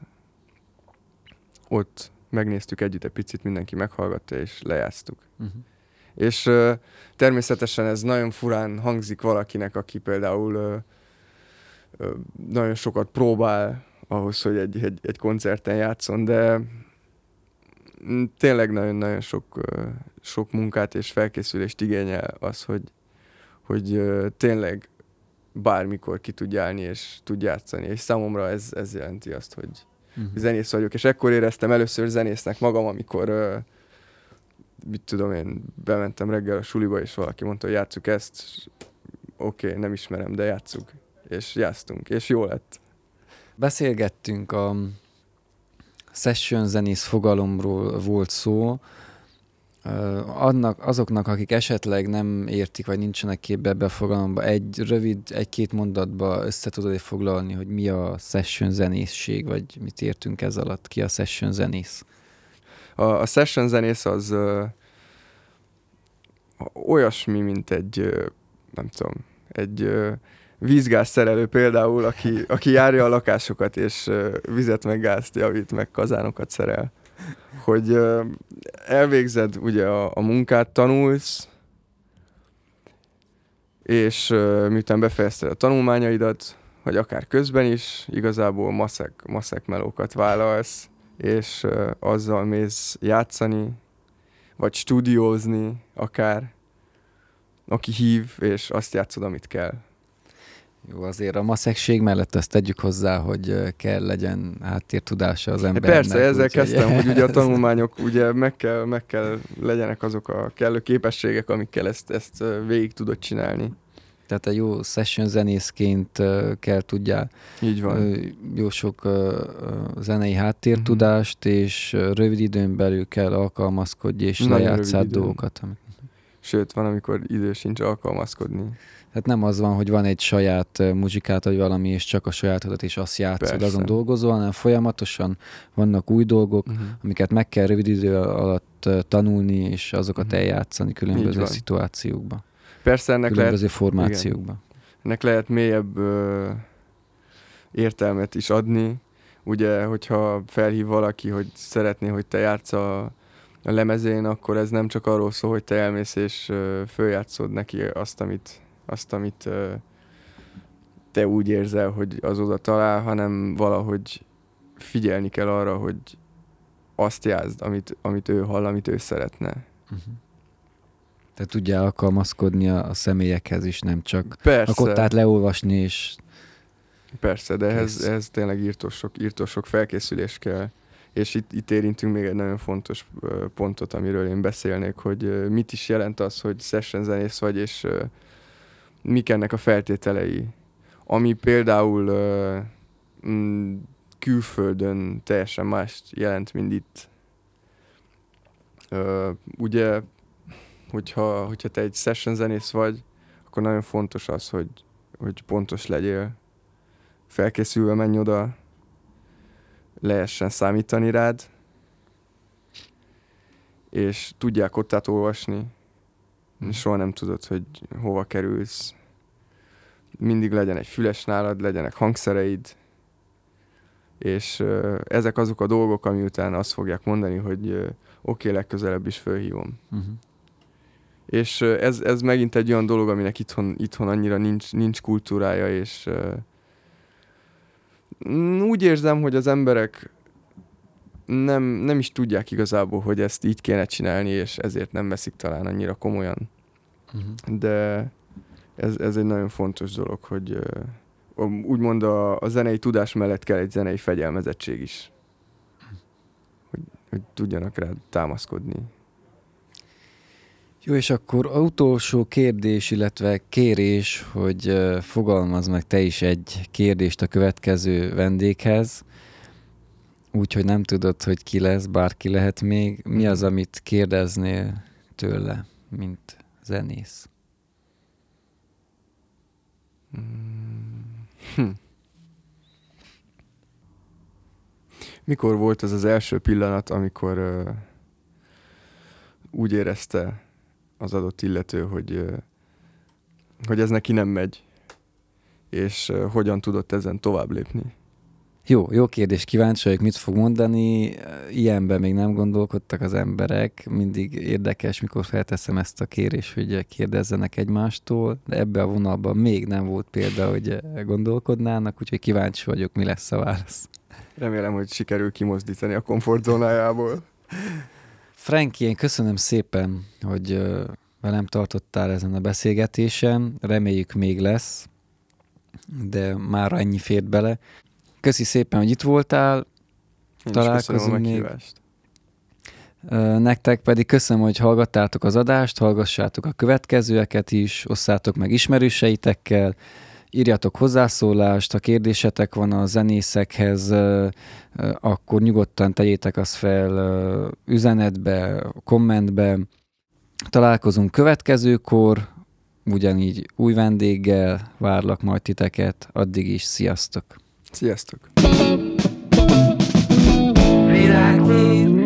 Ott megnéztük együtt egy picit, mindenki meghallgatta, és lejátsztuk. Uh-huh. És uh, természetesen ez nagyon furán hangzik valakinek, aki például uh, uh, nagyon sokat próbál ahhoz, hogy egy, egy, egy koncerten játszon, de tényleg nagyon-nagyon sok, uh, sok munkát és felkészülést igényel az, hogy, hogy uh, tényleg bármikor ki tud állni és tud játszani. És számomra ez, ez jelenti azt, hogy uh-huh. zenész vagyok. És ekkor éreztem először zenésznek magam, amikor uh, mit tudom én, bementem reggel a suliba, és valaki mondta, hogy játsszuk ezt. Oké, okay, nem ismerem, de játsszuk. És játsztunk, és jó lett. Beszélgettünk a session zenész fogalomról volt szó. Annak, azoknak, akik esetleg nem értik, vagy nincsenek képbe ebbe a fogalomba, egy rövid, egy-két mondatba össze tudod foglalni, hogy mi a session zenészség, vagy mit értünk ez alatt, ki a session zenész? A, a session zenész az ö, olyasmi, mint egy, ö, nem tudom, egy ö, vízgázszerelő például, aki, aki járja a lakásokat, és ö, vizet meg gázt javít, meg kazánokat szerel. Hogy ö, elvégzed ugye a, a munkát, tanulsz, és ö, miután befejezted a tanulmányaidat, vagy akár közben is, igazából maszek, maszek melókat vállalsz, és ö, azzal mész játszani, vagy stúdiózni akár, aki hív, és azt játszod, amit kell. Jó, azért a maszegség mellett azt tegyük hozzá, hogy kell legyen háttértudása az embernek. Persze, ezzel úgy, kezdtem, hogy... hogy ugye a tanulmányok, ugye meg kell, meg kell legyenek azok a kellő képességek, amikkel ezt, ezt végig tudod csinálni. Tehát a jó session zenészként kell tudjál így van. Jó sok zenei háttértudást, uh-huh. és rövid időn belül kell alkalmazkodni, és lejátszál dolgokat. Amik... Sőt, van, amikor idő sincs alkalmazkodni. Tehát nem az van, hogy van egy saját muzsikát, vagy valami, és csak a sajátodat, és azt játszod, persze. Azon dolgozol, hanem folyamatosan vannak új dolgok, uh-huh. amiket meg kell rövid idő alatt tanulni, és azokat uh-huh. eljátszani különböző szituációkban. Persze ennek különböző lehet, formációkban. Igen. Ennek lehet mélyebb ö, értelmet is adni. Ugye, hogyha felhív valaki, hogy szeretné, hogy te játsz a, a lemezén, akkor ez nem csak arról szól, hogy te elmész és ö, följátszod neki azt, amit, azt, amit ö, te úgy érzel, hogy az oda talál, hanem valahogy figyelni kell arra, hogy azt játszd, amit, amit ő hall, amit ő szeretne. Uh-huh. Tehát tudjál alkalmazkodni a, a személyekhez is, nem csak persze. a kottát leolvasni, és... Persze, de ehhez, ehhez tényleg írtós sok, írtós sok felkészülés kell. És itt, itt érintünk még egy nagyon fontos uh, pontot, amiről én beszélnék, hogy uh, mit is jelent az, hogy session zenész vagy, és uh, mik ennek a feltételei. Ami például uh, m, külföldön teljesen mást jelent, mint itt. Uh, ugye, hogyha, hogyha te egy session zenész vagy, akkor nagyon fontos az, hogy, hogy pontos legyél. Felkészülve menj oda, lehessen számítani rád, és tudják kottát olvasni, és soha nem tudod, hogy hova kerülsz. Mindig legyen egy füles nálad, legyenek hangszereid, és uh, ezek azok a dolgok, ami után azt fogják mondani, hogy uh, oké, okay, legközelebb is fölhívom. Uh-huh. És uh, ez, ez megint egy olyan dolog, aminek itthon, itthon annyira nincs, nincs kultúrája, és uh, úgy érzem, hogy az emberek nem, nem is tudják igazából, hogy ezt így kéne csinálni, és ezért nem veszik talán annyira komolyan. Uh-huh. De ez, ez egy nagyon fontos dolog, hogy uh, úgymond a, a zenei tudás mellett kell egy zenei fegyelmezettség is. Hogy, hogy tudjanak rá támaszkodni. Jó, és akkor utolsó kérdés, illetve kérés, hogy uh, fogalmazz meg te is egy kérdést a következő vendéghez, úgyhogy nem tudod, hogy ki lesz, bárki lehet még. Mi az, amit kérdeznél tőle, mint zenész? Hm. Mikor volt az az első pillanat, amikor uh, úgy érezte az adott illető, hogy, uh, hogy ez neki nem megy, és uh, hogyan tudott ezen tovább lépni. Jó, jó kérdés, kíváncsi vagyok, mit fog mondani. Ilyenben még nem gondolkodtak az emberek. Mindig érdekes, mikor felteszem ezt a kérést, hogy kérdezzenek egymástól, de ebben a vonalban még nem volt példa, hogy gondolkodnának, úgyhogy kíváncsi vagyok, mi lesz a válasz. Remélem, hogy sikerül kimozdítani a komfortzónájából. Franki, én köszönöm szépen, hogy velem tartottál ezen a beszélgetésen. Reméljük még lesz, de már ennyi fért bele. Köszi szépen, hogy itt voltál. Én Találkozunk még. Nektek pedig köszönöm, hogy hallgattátok az adást, hallgassátok a következőeket is, osszátok meg ismerőseitekkel, írjatok hozzászólást, ha kérdésetek van a zenészekhez, akkor nyugodtan tegyétek azt fel üzenetbe, kommentbe. Találkozunk következőkor, ugyanígy új vendéggel, várlak majd titeket, addig is sziasztok! Sziasztok! Világít